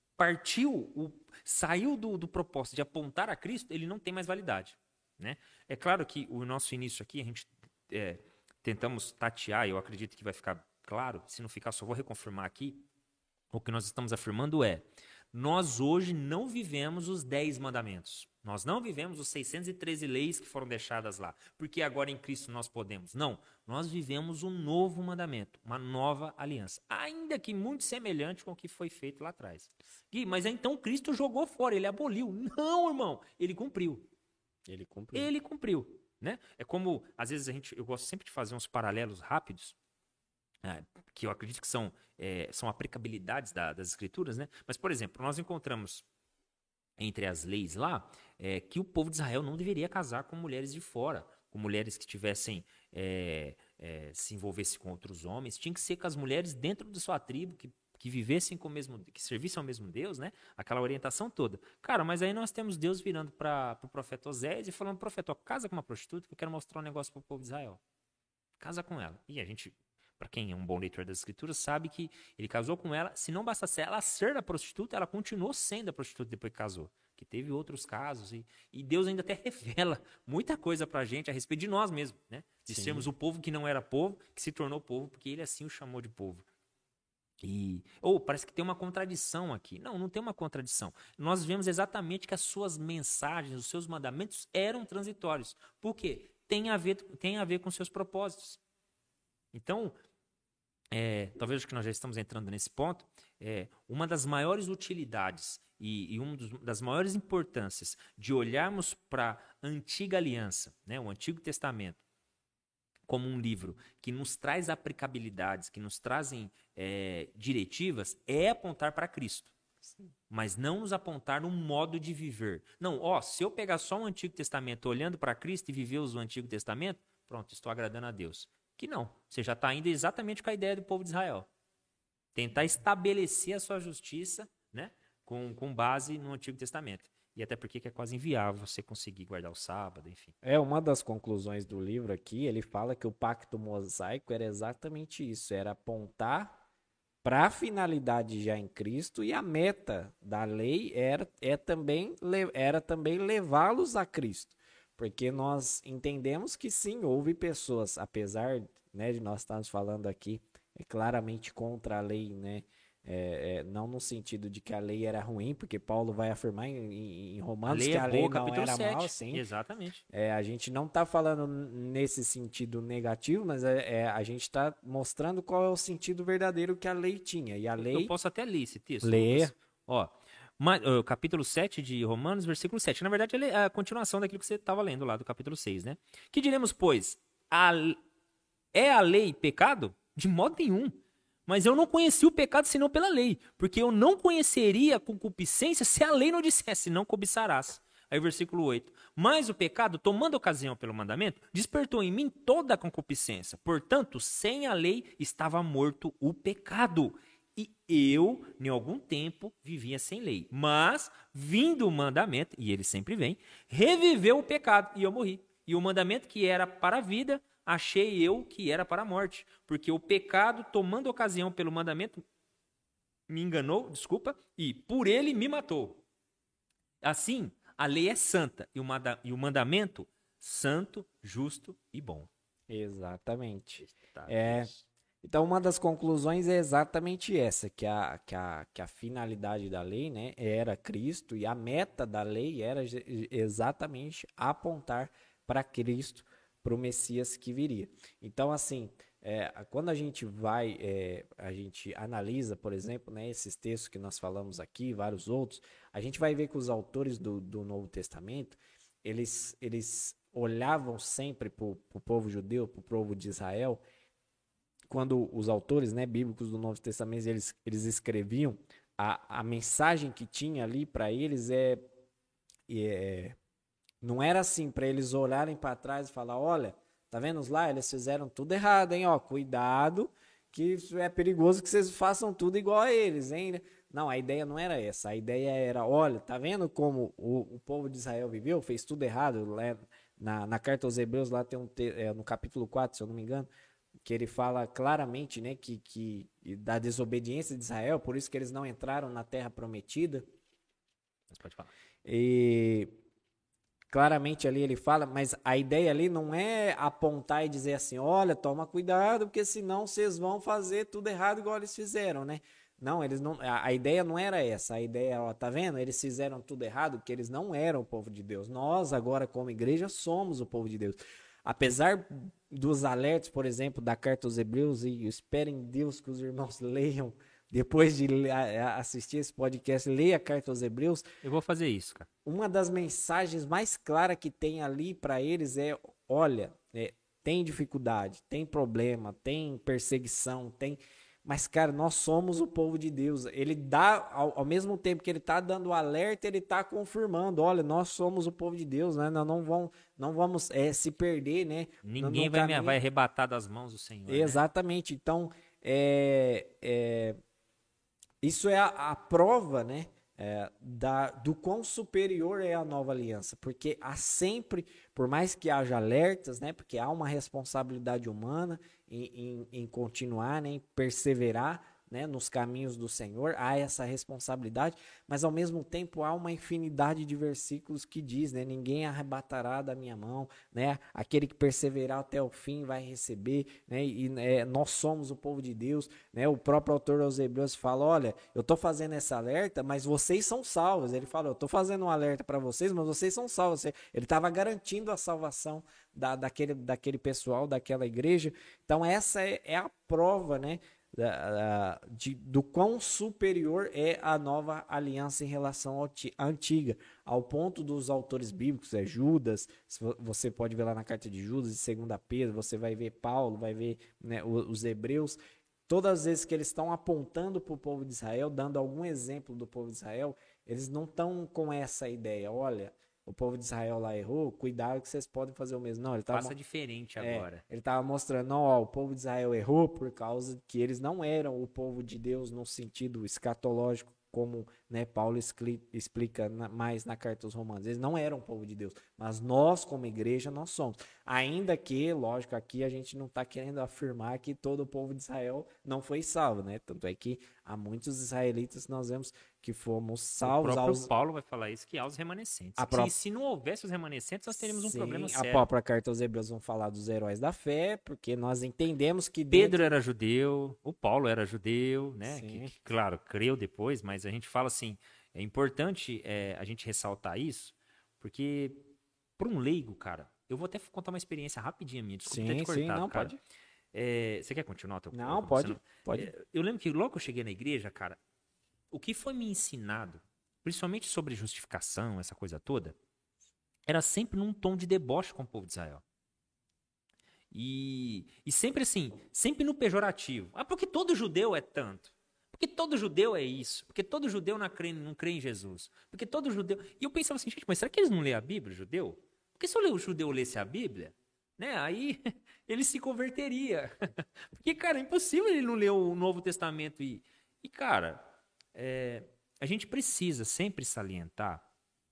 Saiu do propósito de apontar a Cristo, ele não tem mais validade. Né? É claro que o nosso início aqui, a gente tentamos tatear, eu acredito que vai ficar claro, se não ficar, só vou reconfirmar aqui. O que nós estamos afirmando nós hoje não vivemos os 10 mandamentos. Nós não vivemos os 613 leis que foram deixadas lá, porque agora em Cristo nós podemos. Não, nós vivemos um novo mandamento, uma nova aliança, ainda que muito semelhante com o que foi feito lá atrás. Gui, mas então Cristo jogou fora, ele aboliu. Não, irmão, ele cumpriu. Ele cumpriu. Né? É como, às vezes, eu gosto sempre de fazer uns paralelos rápidos, que eu acredito que são aplicabilidades das escrituras, né? Mas, por exemplo, nós encontramos entre as leis lá que o povo de Israel não deveria casar com mulheres de fora, com mulheres que tivessem se envolvessem com outros homens, tinha que ser com as mulheres dentro da sua tribo, que vivessem que servissem ao mesmo Deus, né? Aquela orientação toda. Cara, mas aí nós temos Deus virando para o profeta Osés e falando, profeta, casa com uma prostituta que eu quero mostrar um negócio para o povo de Israel. Casa com ela. E a gente, para quem é um bom leitor das escrituras, sabe que ele casou com ela, se não bastasse ela ser a prostituta, ela continuou sendo a prostituta depois que casou. Que teve outros casos e Deus ainda até revela muita coisa pra gente a respeito de nós mesmos, né? De sermos o povo que não era povo, que se tornou povo, porque ele assim o chamou de povo. Parece que tem uma contradição aqui. Não tem uma contradição. Nós vemos exatamente que as suas mensagens, os seus mandamentos eram transitórios. Por quê? Tem a ver com seus propósitos. Então, talvez acho que nós já estamos entrando nesse ponto, uma das maiores utilidades e uma das maiores importâncias de olharmos para a Antiga Aliança, né, o Antigo Testamento, como um livro que nos traz aplicabilidades, que nos trazem diretivas, é apontar para Cristo. Sim. Mas não nos apontar no modo de viver. Não, se eu pegar só o Antigo Testamento olhando para Cristo e viver o Antigo Testamento, pronto, estou agradando a Deus. Que não, você já está indo exatamente com a ideia do povo de Israel. Tentar estabelecer a sua justiça, né, com base no Antigo Testamento. E até porque é quase inviável você conseguir guardar o sábado, enfim. Uma das conclusões do livro aqui, ele fala que o pacto mosaico era exatamente isso, era apontar para a finalidade já em Cristo, e a meta da lei era também levá-los a Cristo. Porque nós entendemos que sim, houve pessoas, apesar, né, de nós estarmos falando aqui claramente contra a lei, né, não no sentido de que a lei era ruim, porque Paulo vai afirmar em Romanos que a lei não era mal, sim. Exatamente. A gente não está falando nesse sentido negativo, mas a gente está mostrando qual é o sentido verdadeiro que a lei tinha. E a lei... Eu posso até ler esse texto. Ler. Capítulo 7 de Romanos, versículo 7. Na verdade, é a continuação daquilo que você estava lendo lá do capítulo 6, né? Que diremos, pois, é a lei pecado? De modo nenhum. Mas eu não conheci o pecado senão pela lei, porque eu não conheceria a concupiscência se a lei não dissesse, não cobiçarás. Aí o versículo 8. Mas o pecado, tomando ocasião pelo mandamento, despertou em mim toda a concupiscência. Portanto, sem a lei estava morto o pecado. E eu, em algum tempo, vivia sem lei. Mas, vindo o mandamento, e ele sempre vem, reviveu o pecado, e eu morri. E o mandamento que era para a vida, achei eu que era para a morte. Porque o pecado, tomando ocasião pelo mandamento, me enganou, e por ele me matou. Assim, a lei é santa, e o mandamento, santo, justo e bom. Exatamente. Então, uma das conclusões é exatamente essa, que a finalidade da lei, né, era Cristo, e a meta da lei era exatamente apontar para Cristo, para o Messias que viria. Então, assim, quando a gente a gente analisa, por exemplo, né, esses textos que nós falamos aqui, vários outros, a gente vai ver que os autores do Novo Testamento, eles olhavam sempre para o povo judeu, para o povo de Israel. Quando os autores, né, bíblicos do Novo Testamento, eles escreviam, a mensagem que tinha ali para eles não era assim para eles olharem para trás e falar, olha, tá vendo lá, eles fizeram tudo errado, hein, cuidado, que é perigoso que vocês façam tudo igual a eles, hein. Não, a ideia não era essa, a ideia era, olha, tá vendo como o povo de Israel viveu, fez tudo errado. Na carta aos Hebreus, lá tem no capítulo 4, se eu não me engano, que ele fala claramente, né, que da desobediência de Israel, por isso que eles não entraram na terra prometida. Você pode falar. E claramente ali ele fala, mas a ideia ali não é apontar e dizer assim, olha, toma cuidado, porque senão vocês vão fazer tudo errado igual eles fizeram, né? Não, eles não. A ideia não era essa. A ideia, tá vendo? Eles fizeram tudo errado, porque eles não eram o povo de Deus. Nós, agora, como igreja, somos o povo de Deus. Apesar dos alertas, por exemplo, da carta aos Hebreus, e esperem em Deus que os irmãos leiam, depois de assistir esse podcast, leia a carta aos Hebreus. Eu vou fazer isso, cara. Uma das mensagens mais claras que tem ali para eles é, olha, tem dificuldade, tem problema, tem perseguição, mas, cara, nós somos o povo de Deus. Ele dá, ao mesmo tempo que ele está dando o alerta, ele está confirmando. Olha, nós somos o povo de Deus, né? Nós não vamos se perder, né? Ninguém vai arrebatar das mãos do Senhor. Exatamente. Né? Então, isso é a prova, né? Do quão superior é a nova aliança. Porque há sempre, por mais que haja alertas, né? Porque há uma responsabilidade humana em continuar, né, em perseverar, né, nos caminhos do Senhor, há essa responsabilidade, mas ao mesmo tempo há uma infinidade de versículos que diz, né, ninguém arrebatará da minha mão, né, aquele que perseverar até o fim vai receber, né, e nós somos o povo de Deus, né, o próprio autor aos Hebreus fala, olha, eu estou fazendo essa alerta, mas vocês são salvos, ele fala, eu estou fazendo um alerta para vocês, mas vocês são salvos, ele estava garantindo a salvação daquele pessoal, daquela igreja. Então essa é a prova, né, do quão superior é a nova aliança em relação à antiga, ao ponto dos autores bíblicos, Judas, você pode ver lá na carta de Judas, de 2 Pedro, você vai ver Paulo, vai ver, né, os hebreus, todas as vezes que eles estão apontando para o povo de Israel, dando algum exemplo do povo de Israel, eles não estão com essa ideia, olha, o povo de Israel lá errou, cuidado que vocês podem fazer o mesmo. Não, ele faça diferente agora. Ele estava mostrando, não, ó, o povo de Israel errou por causa que eles não eram o povo de Deus no sentido escatológico, como, né, Paulo explica mais na carta aos Romanos. Eles não eram o povo de Deus, mas nós, como igreja, nós somos. Ainda que, lógico, aqui a gente não está querendo afirmar que todo o povo de Israel não foi salvo, né? Tanto é que há muitos israelitas nós vemos que fomos salvos. O próprio Paulo vai falar isso, que há os remanescentes. Se não houvesse os remanescentes, nós teríamos um problema sério. A própria carta aos Hebreus vão falar dos heróis da fé, porque nós entendemos que Pedro era judeu, o Paulo era judeu, né? Que, claro, creu depois, mas a gente fala assim, é importante a gente ressaltar isso, porque para um leigo, cara, eu vou até contar uma experiência rapidinha minha, desculpa ter te cortado, não, cara. Pode. Você quer continuar? Não, pode. Eu lembro que logo que eu cheguei na igreja, cara, o que foi me ensinado, principalmente sobre justificação, essa coisa toda, era sempre num tom de deboche com o povo de Israel. E sempre assim, sempre no pejorativo. Ah, porque todo judeu é tanto. Porque todo judeu é isso. Porque todo judeu não crê em Jesus. Porque todo judeu... E eu pensava assim, gente, mas será que eles não lêem a Bíblia, judeu? Porque se o judeu lesse a Bíblia, né, aí ele se converteria. Porque, cara, é impossível ele não ler o Novo Testamento. E cara... a gente precisa sempre salientar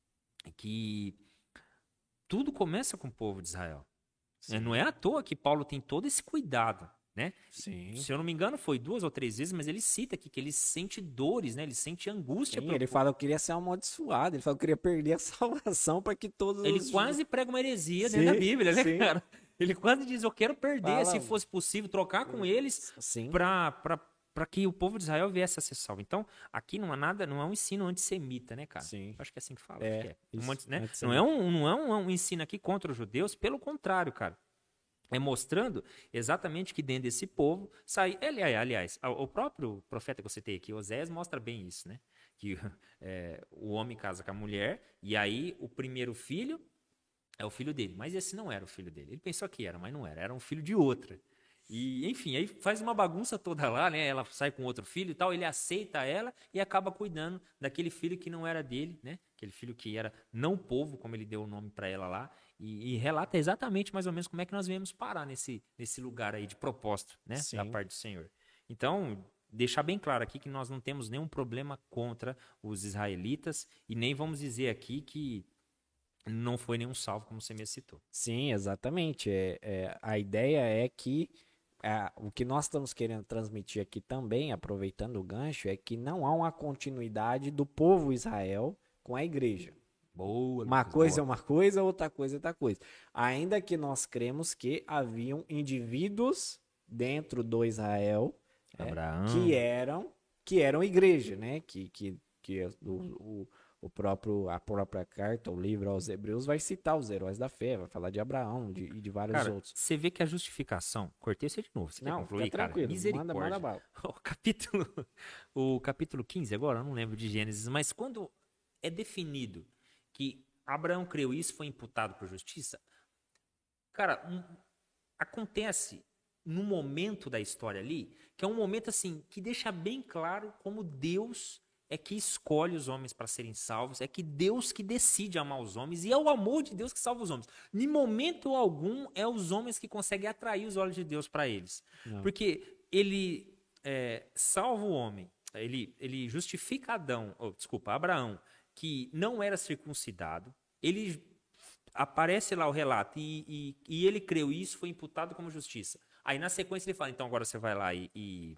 que tudo começa com o povo de Israel. Não é à toa que Paulo tem todo esse cuidado, né? Sim. Se eu não me engano, foi 2 ou 3 vezes, mas ele cita aqui que ele sente dores, né? Ele sente angústia. Ele fala, eu queria ser amaldiçoado, ele fala, eu queria perder a salvação para que todos... Ele quase prega uma heresia dentro da Bíblia, né, cara? Ele quase diz, eu quero perder, se fosse possível, trocar com eles para que o povo de Israel viesse a ser salvo. Então, aqui não é um ensino antissemita, né, cara? Sim. Acho que é assim que fala. Isso, né? Não é um ensino aqui contra os judeus, pelo contrário, cara. É mostrando exatamente que dentro desse povo sai... Aliás, o próprio profeta que eu citei aqui, Oséias, mostra bem isso, né? Que o homem casa com a mulher e aí o primeiro filho é o filho dele. Mas esse não era o filho dele. Ele pensou que era, mas não era. Era um filho de outra. E, enfim, aí faz uma bagunça toda lá, né? Ela sai com outro filho e tal, ele aceita ela e acaba cuidando daquele filho que não era dele, né? Aquele filho que era não povo, como ele deu o nome para ela lá. E relata exatamente mais ou menos como é que nós viemos parar nesse lugar aí de propósito, né? Sim. Da parte do Senhor. Então, deixar bem claro aqui que nós não temos nenhum problema contra os israelitas e nem vamos dizer aqui que não foi nenhum salvo, como você me citou. Sim, exatamente. A ideia é que o que nós estamos querendo transmitir aqui também, aproveitando o gancho, é que não há uma continuidade do povo Israel com a igreja. Boa, uma coisa é uma coisa, outra coisa é outra coisa. Ainda que nós cremos que haviam indivíduos dentro do Israel que eram igreja, né? A própria carta, o livro aos Hebreus vai citar os heróis da fé, vai falar de Abraão e de vários outros. Você vê que a justificação... Cortei você de novo, você quer concluir, cara? Misericórdia. Manda bala. O capítulo 15 agora, eu não lembro de Gênesis, mas quando é definido que Abraão creu e isso foi imputado por justiça, cara, acontece num momento da história ali, que é um momento assim, que deixa bem claro como Deus é que escolhe os homens para serem salvos, é que Deus que decide amar os homens, e é o amor de Deus que salva os homens. Em momento algum, é os homens que conseguem atrair os olhos de Deus para eles. Não. Porque ele salva o homem, ele justifica Abraão, que não era circuncidado, ele aparece lá o relato, e ele creu, e isso foi imputado como justiça. Aí na sequência ele fala, então agora você vai lá e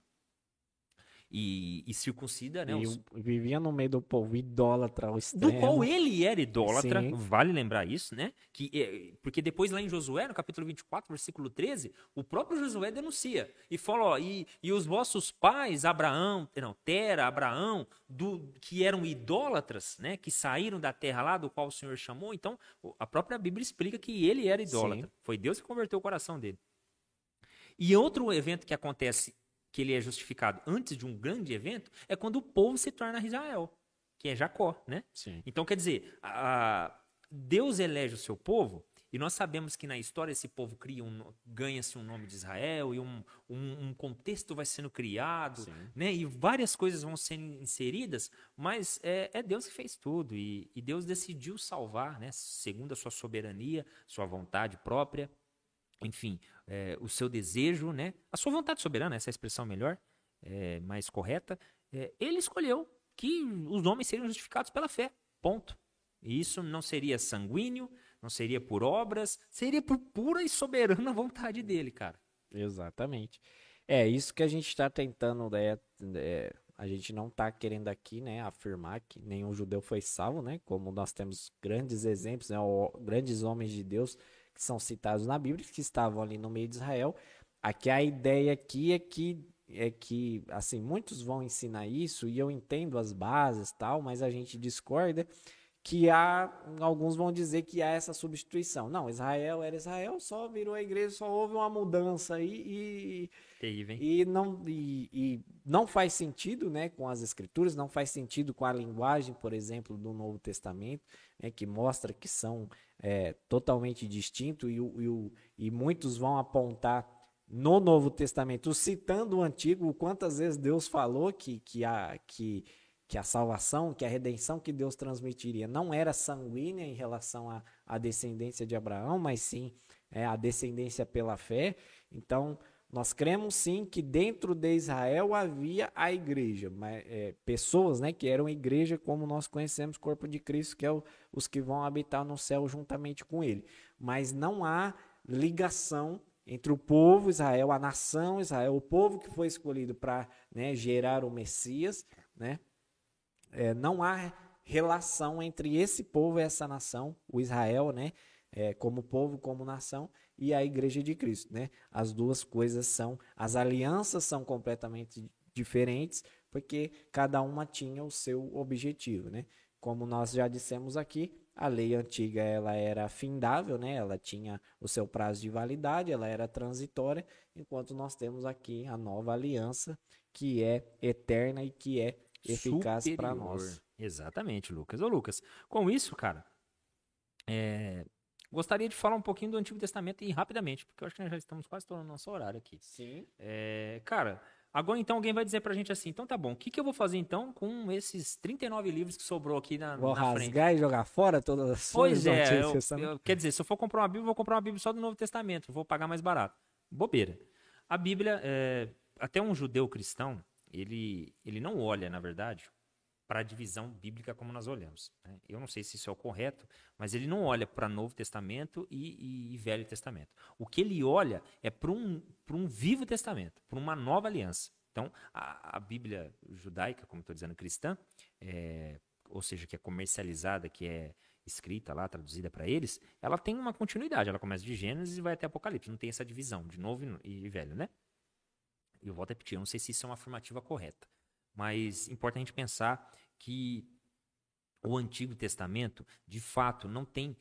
circuncida, né? Vivia no meio do povo idólatra ao extremo. Do qual ele era idólatra, Sim. Vale lembrar isso, né? Porque depois lá em Josué, no capítulo 24, versículo 13, o próprio Josué denuncia e fala, ó, e os vossos pais, Tera, Abraão, que eram idólatras, né? Que saíram da terra lá, do qual o Senhor chamou. Então, a própria Bíblia explica que ele era idólatra. Sim. Foi Deus que converteu o coração dele. E outro evento que acontece que ele é justificado antes de um grande evento é quando o povo se torna Israel, que é Jacó, né? Sim. Então, quer dizer, Deus elege o seu povo, e nós sabemos que na história esse povo ganha-se um nome de Israel, e um contexto vai sendo criado, né? E várias coisas vão sendo inseridas, mas é Deus que fez tudo, e Deus decidiu salvar, né? Segundo a sua soberania, sua vontade própria, enfim, o seu desejo, né? A sua vontade soberana, essa é a expressão melhor, mais correta, ele escolheu que os homens seriam justificados pela fé, ponto. E isso não seria sanguíneo, não seria por obras, seria por pura e soberana vontade dele, cara. Exatamente. É isso que a gente está tentando, a gente não está querendo aqui, né, afirmar que nenhum judeu foi salvo, né, como nós temos grandes exemplos, né, grandes homens de Deus que são citados na Bíblia, que estavam ali no meio de Israel. Aqui a ideia aqui é que assim, muitos vão ensinar isso e eu entendo as bases, tal, mas a gente discorda que alguns vão dizer que há essa substituição. Não, Israel era Israel, só virou a igreja, só houve uma mudança aí Terrível, hein? e não faz sentido, né, com as escrituras, não faz sentido com a linguagem, por exemplo, do Novo Testamento, né, que mostra que são totalmente distintos e muitos vão apontar no Novo Testamento, citando o Antigo, quantas vezes Deus falou que a salvação, que a redenção que Deus transmitiria não era sanguínea em relação à descendência de Abraão, mas sim a descendência pela fé. Então, nós cremos sim que dentro de Israel havia a igreja, pessoas, né, que eram igreja como nós conhecemos, corpo de Cristo, que é os que vão habitar no céu juntamente com ele. Mas não há ligação entre o povo Israel, a nação Israel, o povo que foi escolhido para, né, gerar o Messias, né? Não há relação entre esse povo e essa nação, o Israel, né, como povo, como nação, e a Igreja de Cristo, né? As duas coisas as alianças são completamente diferentes, porque cada uma tinha o seu objetivo, né? Como nós já dissemos aqui, a lei antiga ela era findável, né? Ela tinha o seu prazo de validade, ela era transitória, enquanto nós temos aqui a nova aliança, que é eterna e que é eficaz para nós. Exatamente, Lucas. Ô, Lucas, com isso, cara, gostaria de falar um pouquinho do Antigo Testamento e rapidamente, porque eu acho que nós já estamos quase estourando nosso horário aqui. Sim. Cara, agora então alguém vai dizer pra gente assim, então tá bom, o que eu vou fazer então com esses 39 livros que sobrou aqui na frente? Vou rasgar e jogar fora todas as coisas do Antigo Testamento? Quer dizer, se eu for comprar uma Bíblia, eu vou comprar uma Bíblia só do Novo Testamento, vou pagar mais barato. Bobeira. A Bíblia, até um judeu cristão, ele não olha, na verdade, para a divisão bíblica como nós olhamos, né? Eu não sei se isso é o correto, mas ele não olha para Novo Testamento e Velho Testamento. O que ele olha é para um Vivo Testamento, para uma nova aliança. Então, a Bíblia judaica, como estou dizendo, cristã, ou seja, que é comercializada, que é escrita lá, traduzida para eles, ela tem uma continuidade. Ela começa de Gênesis e vai até Apocalipse. Não tem essa divisão de Novo e Velho, né? E eu volto a repetir, eu não sei se isso é uma afirmativa correta, mas importa a gente pensar que o Antigo Testamento, de fato, não tem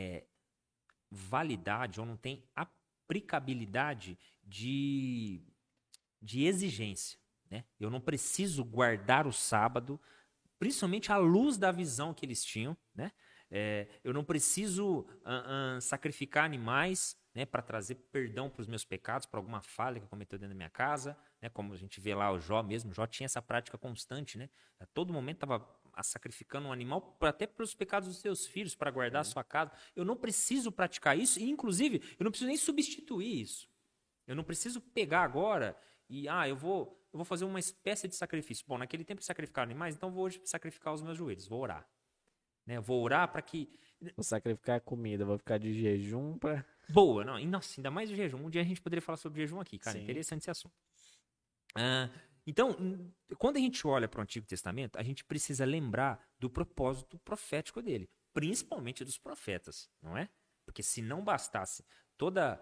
validade ou não tem aplicabilidade de exigência, né? Eu não preciso guardar o sábado, principalmente à luz da visão que eles tinham, né? Eu não preciso sacrificar animais, né, para trazer perdão para os meus pecados, para alguma falha que eu cometeu dentro da minha casa, né, como a gente vê lá o Jó mesmo. O Jó tinha essa prática constante, né? A todo momento estava sacrificando um animal até para os pecados dos seus filhos, para guardar a sua casa. Eu não preciso praticar isso e, inclusive, eu não preciso nem substituir isso. Eu não preciso pegar agora e, eu vou fazer uma espécie de sacrifício. Bom, naquele tempo eu sacrificava animais, então vou hoje sacrificar os meus joelhos, vou orar. Né? Vou orar para que... Vou sacrificar a comida, vou ficar de jejum para... Boa, não, nossa, ainda mais o jejum. Um dia a gente poderia falar sobre jejum aqui, cara. Sim. Interessante esse assunto. Então, quando a gente olha para o Antigo Testamento, a gente precisa lembrar do propósito profético dele, principalmente dos profetas, não é? Porque se não bastasse toda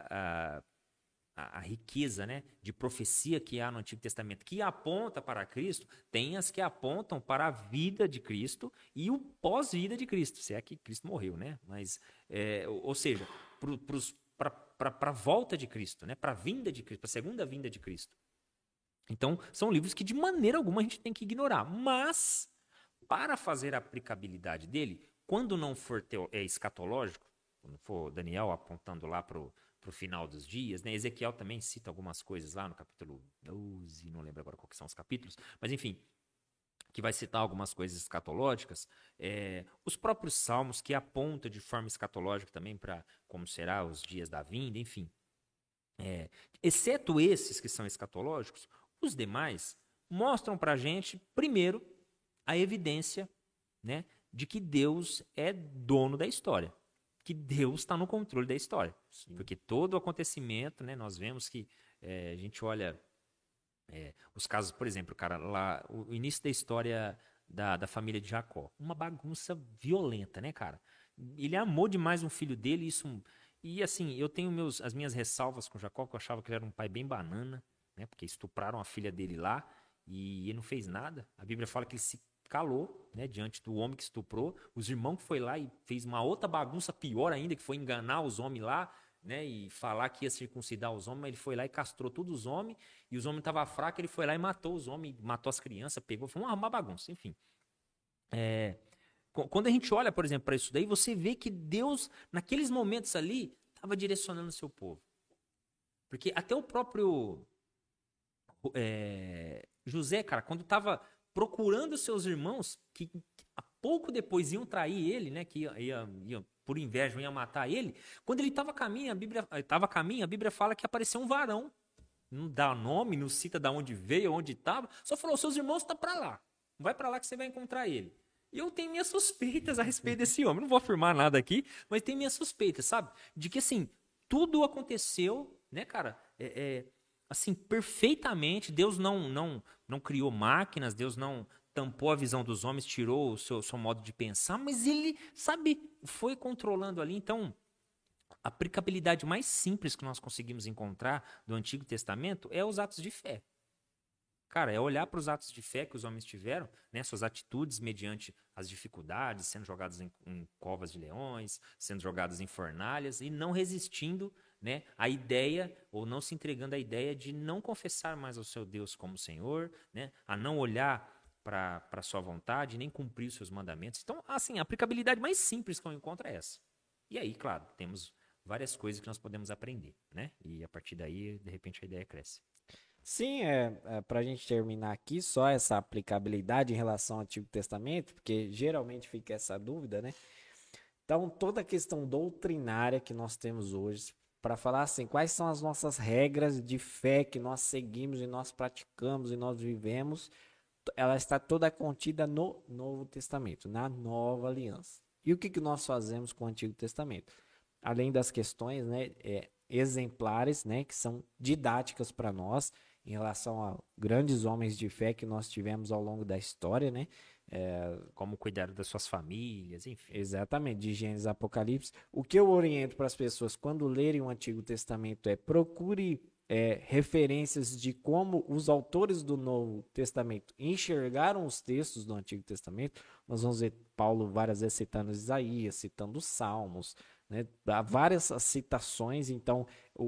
a riqueza, né, de profecia que há no Antigo Testamento, que aponta para Cristo, tem as que apontam para a vida de Cristo e o pós-vida de Cristo, se é que Cristo morreu, né? Mas, ou seja, para a volta de Cristo, né, para a vinda de Cristo, para a segunda vinda de Cristo. Então, são livros que de maneira alguma a gente tem que ignorar. Mas, para fazer a aplicabilidade dele, quando não for escatológico, quando for Daniel apontando lá para o final dos dias, né? Ezequiel também cita algumas coisas lá no capítulo 12, não lembro agora quais são os capítulos, mas enfim, que vai citar algumas coisas escatológicas, os próprios salmos que apontam de forma escatológica também para como será os dias da vinda, enfim. Exceto esses que são escatológicos, os demais mostram para a gente, primeiro, a evidência, né, de que Deus é dono da história, que Deus está no controle da história. Sim. Porque todo acontecimento, né, nós vemos que a gente olha os casos, por exemplo, cara, lá, o início da história da família de Jacó, uma bagunça violenta, né, cara? Ele amou demais um filho dele, e assim, eu tenho as minhas ressalvas com Jacó, que eu achava que ele era um pai bem banana, né? Porque estupraram a filha dele lá e ele não fez nada. A Bíblia fala que ele se calou, né, diante do homem que estuprou. Os irmãos que foi lá e fez uma outra bagunça pior ainda, que foi enganar os homens lá, né, e falar que ia circuncidar os homens, mas ele foi lá e castrou todos os homens, e os homens estavam fracos, ele foi lá e matou os homens, matou as crianças, pegou, foi uma bagunça, enfim. Quando a gente olha, por exemplo, para isso daí, você vê que Deus, naqueles momentos ali, estava direcionando o seu povo. Porque até o próprio José, cara, quando estava procurando seus irmãos, que pouco depois iam trair ele, né, que ia por inveja, ia matar ele, quando ele estava a caminho, a Bíblia fala que apareceu um varão. Não dá nome, não cita de onde veio, onde estava, só falou, seus irmãos estão para lá. Vai para lá que você vai encontrar ele. E eu tenho minhas suspeitas a respeito desse homem. Não vou afirmar nada aqui, mas tenho minhas suspeitas, sabe? De que, assim, tudo aconteceu, né, cara? Assim, perfeitamente. Deus não criou máquinas, Deus não tampou a visão dos homens, tirou o seu modo de pensar, mas ele, sabe, foi controlando ali. Então, a aplicabilidade mais simples que nós conseguimos encontrar do Antigo Testamento é os atos de fé. Cara, é olhar para os atos de fé que os homens tiveram, né, suas atitudes mediante as dificuldades, sendo jogados em covas de leões, sendo jogados em fornalhas e não resistindo, né, à ideia, ou não se entregando à ideia de não confessar mais ao seu Deus como Senhor, né, a não olhar para a sua vontade, nem cumprir os seus mandamentos. Então, assim, a aplicabilidade mais simples que eu encontro é essa. E aí, claro, temos várias coisas que nós podemos aprender, né? E a partir daí, de repente, a ideia cresce. Sim, para a gente terminar aqui, só essa aplicabilidade em relação ao Antigo Testamento, porque geralmente fica essa dúvida, né? Então, toda a questão doutrinária que nós temos hoje, para falar assim, quais são as nossas regras de fé que nós seguimos e nós praticamos e nós vivemos, ela está toda contida no Novo Testamento, na Nova Aliança. E o que nós fazemos com o Antigo Testamento? Além das questões, né, exemplares, né, que são didáticas para nós, em relação a grandes homens de fé que nós tivemos ao longo da história, né? Como cuidar das suas famílias, enfim. Exatamente, de Gênesis a Apocalipse. O que eu oriento para as pessoas quando lerem o Antigo Testamento procure referências de como os autores do Novo Testamento enxergaram os textos do Antigo Testamento. Nós vamos ver Paulo várias vezes citando Isaías, citando os Salmos, né? Há várias citações, então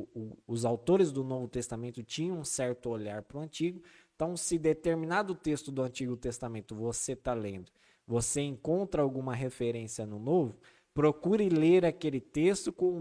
os autores do Novo Testamento tinham um certo olhar para o Antigo. Então, se determinado texto do Antigo Testamento você está lendo, você encontra alguma referência no Novo, procure ler aquele texto com o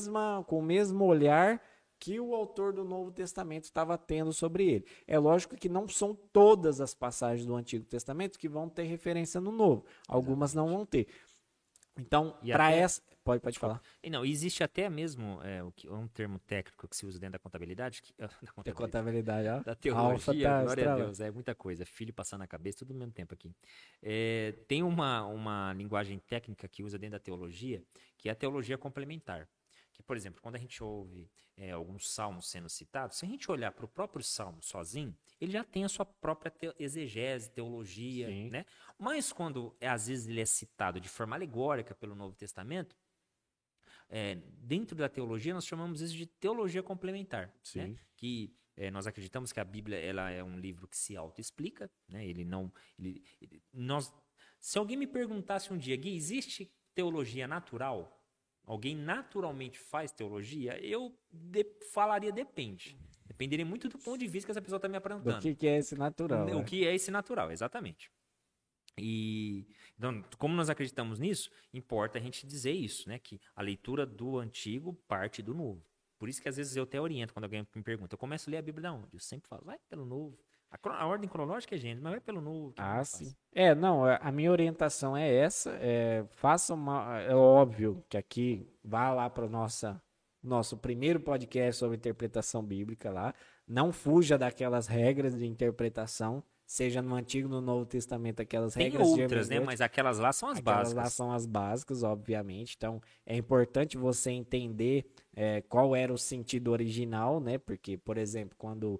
mesmo olhar que o autor do Novo Testamento estava tendo sobre ele. É lógico que não são todas as passagens do Antigo Testamento que vão ter referência no Novo. Algumas não vão ter. Então, para essa... Pode falar. Não, existe até mesmo um termo técnico que se usa dentro da contabilidade. Da contabilidade, ó. Da teologia, glória a Deus. É muita coisa. Filho passando na cabeça, tudo ao mesmo tempo aqui. Tem uma linguagem técnica que usa dentro da teologia, que é a teologia complementar. Que, por exemplo, quando a gente ouve alguns salmos sendo citados, se a gente olhar para o próprio salmo sozinho, ele já tem a sua própria exegese, teologia, né? Mas quando, às vezes, ele é citado de forma alegórica pelo Novo Testamento, dentro da teologia, nós chamamos isso de teologia complementar. Né? Que nós acreditamos que a Bíblia ela é um livro que se autoexplica. Né? Se alguém me perguntasse um dia, Gui, existe teologia natural? Alguém naturalmente faz teologia? Eu falaria depende. Dependeria muito do ponto de vista que essa pessoa está me apresentando. Do que é esse natural. O que é esse natural, exatamente. E então, como nós acreditamos nisso, importa a gente dizer isso, né? Que a leitura do antigo parte do novo. Por isso que às vezes eu até oriento quando alguém me pergunta. Eu começo a ler a Bíblia da onde? Eu sempre falo, vai pelo novo. A ordem cronológica é gênero, mas vai pelo novo. Sim. A minha orientação é essa. Faça uma. É óbvio que aqui vá lá para o nosso primeiro podcast sobre interpretação bíblica lá. Não fuja daquelas regras de interpretação, seja no Antigo ou no Novo Testamento, aquelas regras. Tem outras, né? Mas aquelas lá são as básicas. Aquelas lá são as básicas, obviamente. Então, é importante você entender qual era o sentido original, né? Porque, por exemplo, quando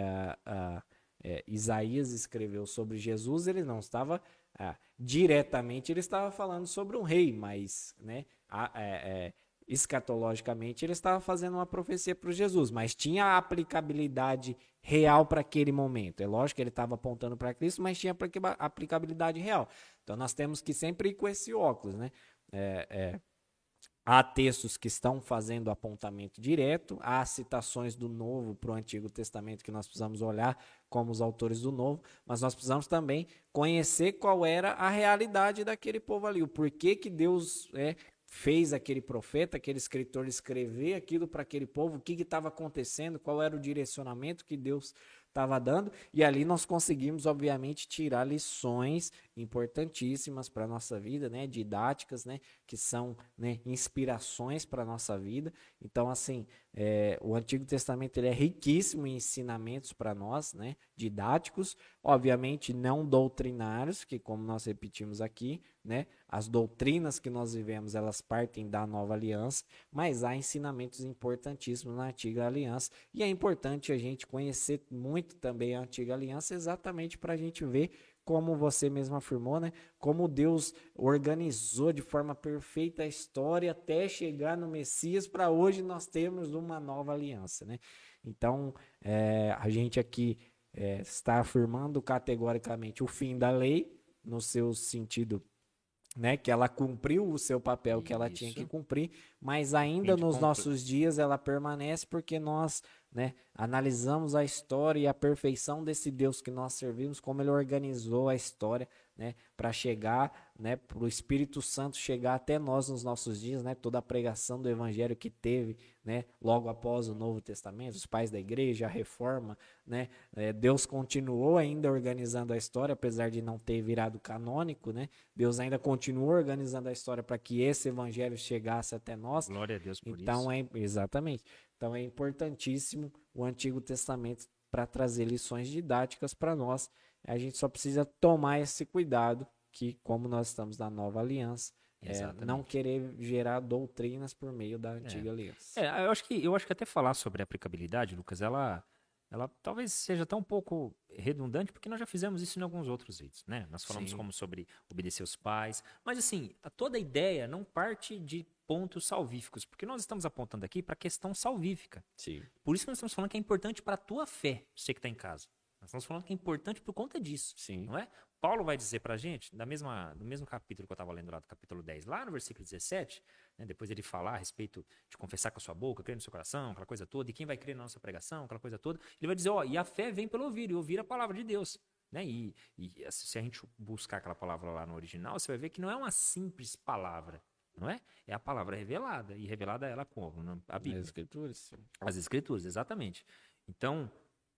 Isaías escreveu sobre Jesus, ele não estava diretamente, ele estava falando sobre um rei, mas, né? Escatologicamente, ele estava fazendo uma profecia para Jesus, mas tinha a aplicabilidade real para aquele momento. É lógico que ele estava apontando para Cristo, mas tinha aplicabilidade real. Então, nós temos que sempre ir com esse óculos, né? Há textos que estão fazendo apontamento direto, há citações do Novo para o Antigo Testamento que nós precisamos olhar como os autores do Novo, mas nós precisamos também conhecer qual era a realidade daquele povo ali, o porquê que Deus fez aquele profeta, aquele escritor escrever aquilo para aquele povo, o que estava acontecendo, qual era o direcionamento que Deus estava dando, e ali nós conseguimos, obviamente, tirar lições importantíssimas para a nossa vida, né, didáticas, né, que são, né, inspirações para a nossa vida. Então, assim, o Antigo Testamento ele é riquíssimo em ensinamentos para nós, né, didáticos, obviamente não doutrinários, que como nós repetimos aqui, né, as doutrinas que nós vivemos, elas partem da Nova Aliança, mas há ensinamentos importantíssimos na Antiga Aliança, e é importante a gente conhecer muito também a Antiga Aliança, exatamente para a gente ver, como você mesmo afirmou, né, como Deus organizou de forma perfeita a história até chegar no Messias, para hoje nós termos uma nova aliança, né? Então, a gente aqui está afirmando categoricamente o fim da lei, no seu sentido, né, que ela cumpriu o seu papel que ela tinha que cumprir, mas ainda nos nossos dias ela permanece porque nós, né, analisamos a história e a perfeição desse Deus que nós servimos, como ele organizou a história, né, para chegar, né, para o Espírito Santo chegar até nós nos nossos dias, né, toda a pregação do Evangelho que teve, né, logo após o Novo Testamento, os pais da igreja, a reforma, né, Deus continuou ainda organizando a história, apesar de não ter virado canônico, né, Deus ainda continuou organizando a história para que esse Evangelho chegasse até nós. Glória a Deus por então, isso. Exatamente. Então é importantíssimo o Antigo Testamento para trazer lições didáticas para nós. A gente só precisa tomar esse cuidado que, como nós estamos na Nova Aliança, não querer gerar doutrinas por meio da Antiga Aliança. Eu acho que até falar sobre a aplicabilidade, Lucas, ela talvez seja até um pouco redundante, porque nós já fizemos isso em alguns outros vídeos, né? Nós falamos como sobre obedecer os pais, mas assim, toda a ideia não parte de pontos salvíficos, porque nós estamos apontando aqui para a questão salvífica. Sim. Por isso que nós estamos falando que é importante para a tua fé, você que está em casa. Nós estamos falando que é importante por conta disso, não é? Paulo vai dizer pra gente, do mesmo capítulo que eu estava lendo lá, do capítulo 10, lá no versículo 17, né, depois ele falar a respeito de confessar com a sua boca, crer no seu coração, aquela coisa toda, e quem vai crer na nossa pregação, aquela coisa toda, ele vai dizer, e a fé vem pelo ouvir, e ouvir a palavra de Deus. Né? E se a gente buscar aquela palavra lá no original, você vai ver que não é uma simples palavra, não é? É a palavra revelada, e revelada ela como? A Bíblia. As Escrituras. As Escrituras, exatamente. Então,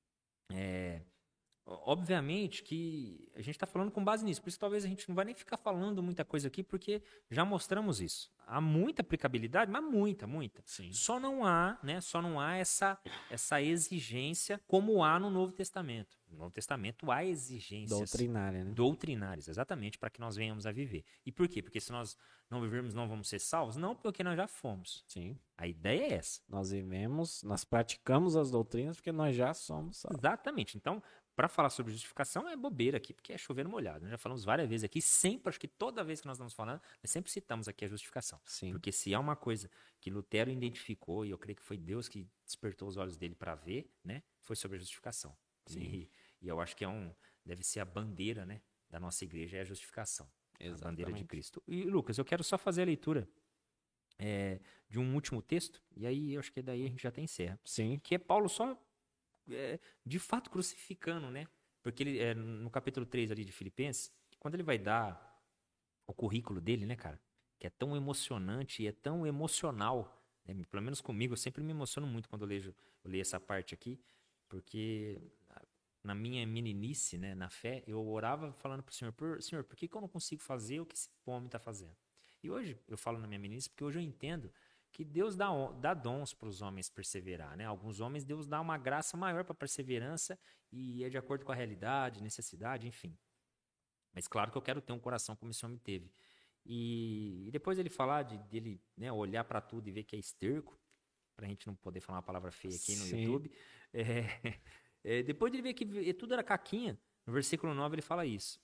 obviamente que a gente está falando com base nisso, por isso talvez a gente não vai nem ficar falando muita coisa aqui, porque já mostramos isso. Há muita aplicabilidade, mas muita. Sim. Só não há essa exigência como há no Novo Testamento. No Novo Testamento há exigências doutrinárias, exatamente, para que nós venhamos a viver. E por quê? Porque se nós não vivermos, não vamos ser salvos? Não, porque nós já fomos. Sim. A ideia é essa. Nós vivemos, nós praticamos as doutrinas porque nós já somos salvos. Exatamente. Então, para falar sobre justificação é bobeira aqui, porque é chover no molhado. Nós já falamos várias vezes aqui, sempre, acho que toda vez que nós estamos falando, nós sempre citamos aqui a justificação. Sim. Porque se há uma coisa que Lutero identificou, e eu creio que foi Deus que despertou os olhos dele para ver, né, foi sobre a justificação. E eu acho que deve ser a bandeira, né, da nossa igreja, é a justificação. Exatamente. A bandeira de Cristo. E, Lucas, eu quero só fazer a leitura de um último texto, e aí eu acho que daí a gente já tem encerra. Sim. Que é Paulo só de fato crucificando, né? Porque ele, no capítulo 3 ali de Filipenses, quando ele vai dar o currículo dele, né, cara? Que é tão emocionante e é tão emocional, né? Pelo menos comigo, eu sempre me emociono muito quando eu leio essa parte aqui, porque na minha meninice, né, na fé, eu orava falando pro Senhor, Senhor, por que eu não consigo fazer o que esse homem está fazendo? E hoje, eu falo na minha meninice, porque hoje eu entendo que Deus dá dons para os homens perseverar, né? Alguns homens, Deus dá uma graça maior para perseverança e é de acordo com a realidade, necessidade, enfim. Mas claro que eu quero ter um coração como esse homem teve. E depois ele falar dele, né, olhar para tudo e ver que é esterco, para a gente não poder falar uma palavra feia aqui no YouTube. Depois ele ver que tudo era caquinha, no versículo 9 ele fala isso.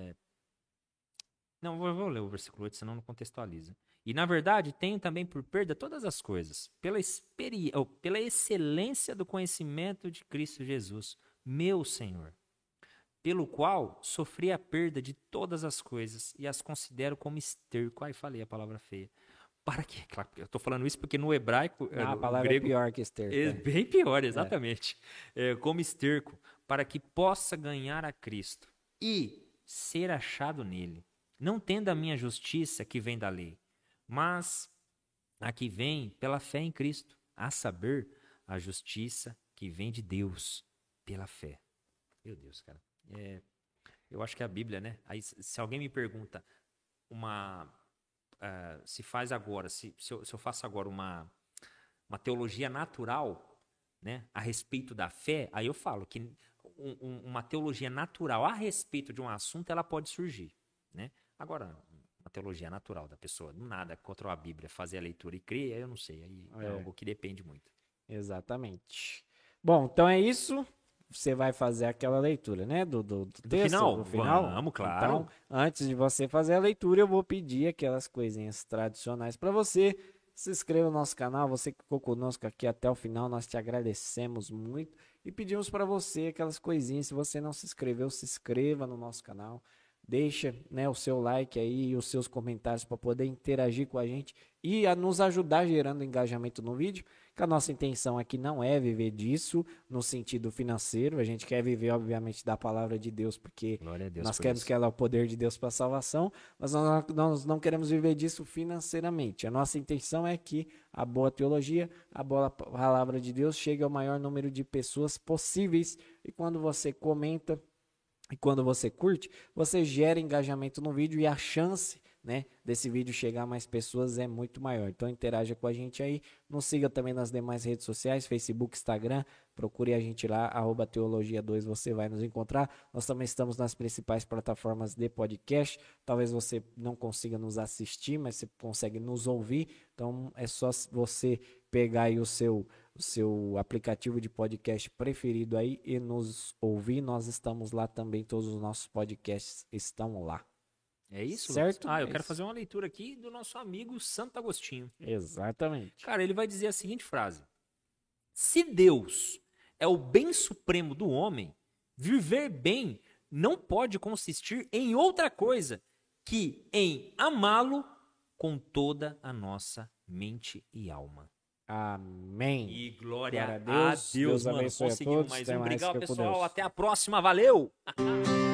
Não, vou ler o versículo 8, senão não contextualiza. E, na verdade, tenho também por perda todas as coisas, pela excelência do conhecimento de Cristo Jesus, meu Senhor, pelo qual sofri a perda de todas as coisas e as considero como esterco. Ai, falei a palavra feia. Para que, claro, eu estou falando isso porque no hebraico, a no palavra grego, é pior que esterco. É bem pior, exatamente. Como esterco, para que possa ganhar a Cristo e ser achado nele. Não tendo a minha justiça que vem da lei, mas a que vem pela fé em Cristo, a saber, a justiça que vem de Deus pela fé. Meu Deus, cara. Eu acho que é a Bíblia, né? Aí, se alguém me pergunta se faz agora, se eu faço agora uma teologia natural, né, a respeito da fé, aí eu falo que uma teologia natural a respeito de um assunto, ela pode surgir, né? Agora, uma teologia natural da pessoa, nada contra a Bíblia, fazer a leitura e crer, eu não sei, aí é algo que depende muito. Exatamente. Bom, então é isso. Você vai fazer aquela leitura, né? Do texto, final? do final. Vamos, claro. Então, antes de você fazer a leitura, eu vou pedir aquelas coisinhas tradicionais para você. Se inscreva no nosso canal, você que ficou conosco aqui até o final, nós te agradecemos muito. E pedimos para você aquelas coisinhas, se você não se inscreveu, se inscreva no nosso canal. Deixa, né, o seu like aí e os seus comentários para poder interagir com a gente e a nos ajudar gerando engajamento no vídeo, que a nossa intenção aqui não é viver disso no sentido financeiro, a gente quer viver obviamente da palavra de Deus, porque nós queremos que ela é o poder de Deus para a salvação, mas nós não queremos viver disso financeiramente. A nossa intenção é que a boa teologia, a boa palavra de Deus chegue ao maior número de pessoas possíveis, e quando você comenta e quando você curte, você gera engajamento no vídeo e a chance, né, desse vídeo chegar a mais pessoas é muito maior. Então interaja com a gente aí, nos siga também nas demais redes sociais, Facebook, Instagram, procure a gente lá, @teologia2, você vai nos encontrar. Nós também estamos nas principais plataformas de podcast, talvez você não consiga nos assistir, mas você consegue nos ouvir, então é só você pegar aí o seu aplicativo de podcast preferido aí e nos ouvir. Nós estamos lá também, todos os nossos podcasts estão lá. É isso, certo? Eu quero fazer uma leitura aqui do nosso amigo Santo Agostinho. Exatamente. Cara, ele vai dizer a seguinte frase: se Deus é o bem supremo do homem, viver bem não pode consistir em outra coisa que em amá-lo com toda a nossa mente e alma. Amém. E glória a Deus. Deus, mano. Conseguimos todos. mais um. Obrigado, pessoal. Até a próxima. Valeu!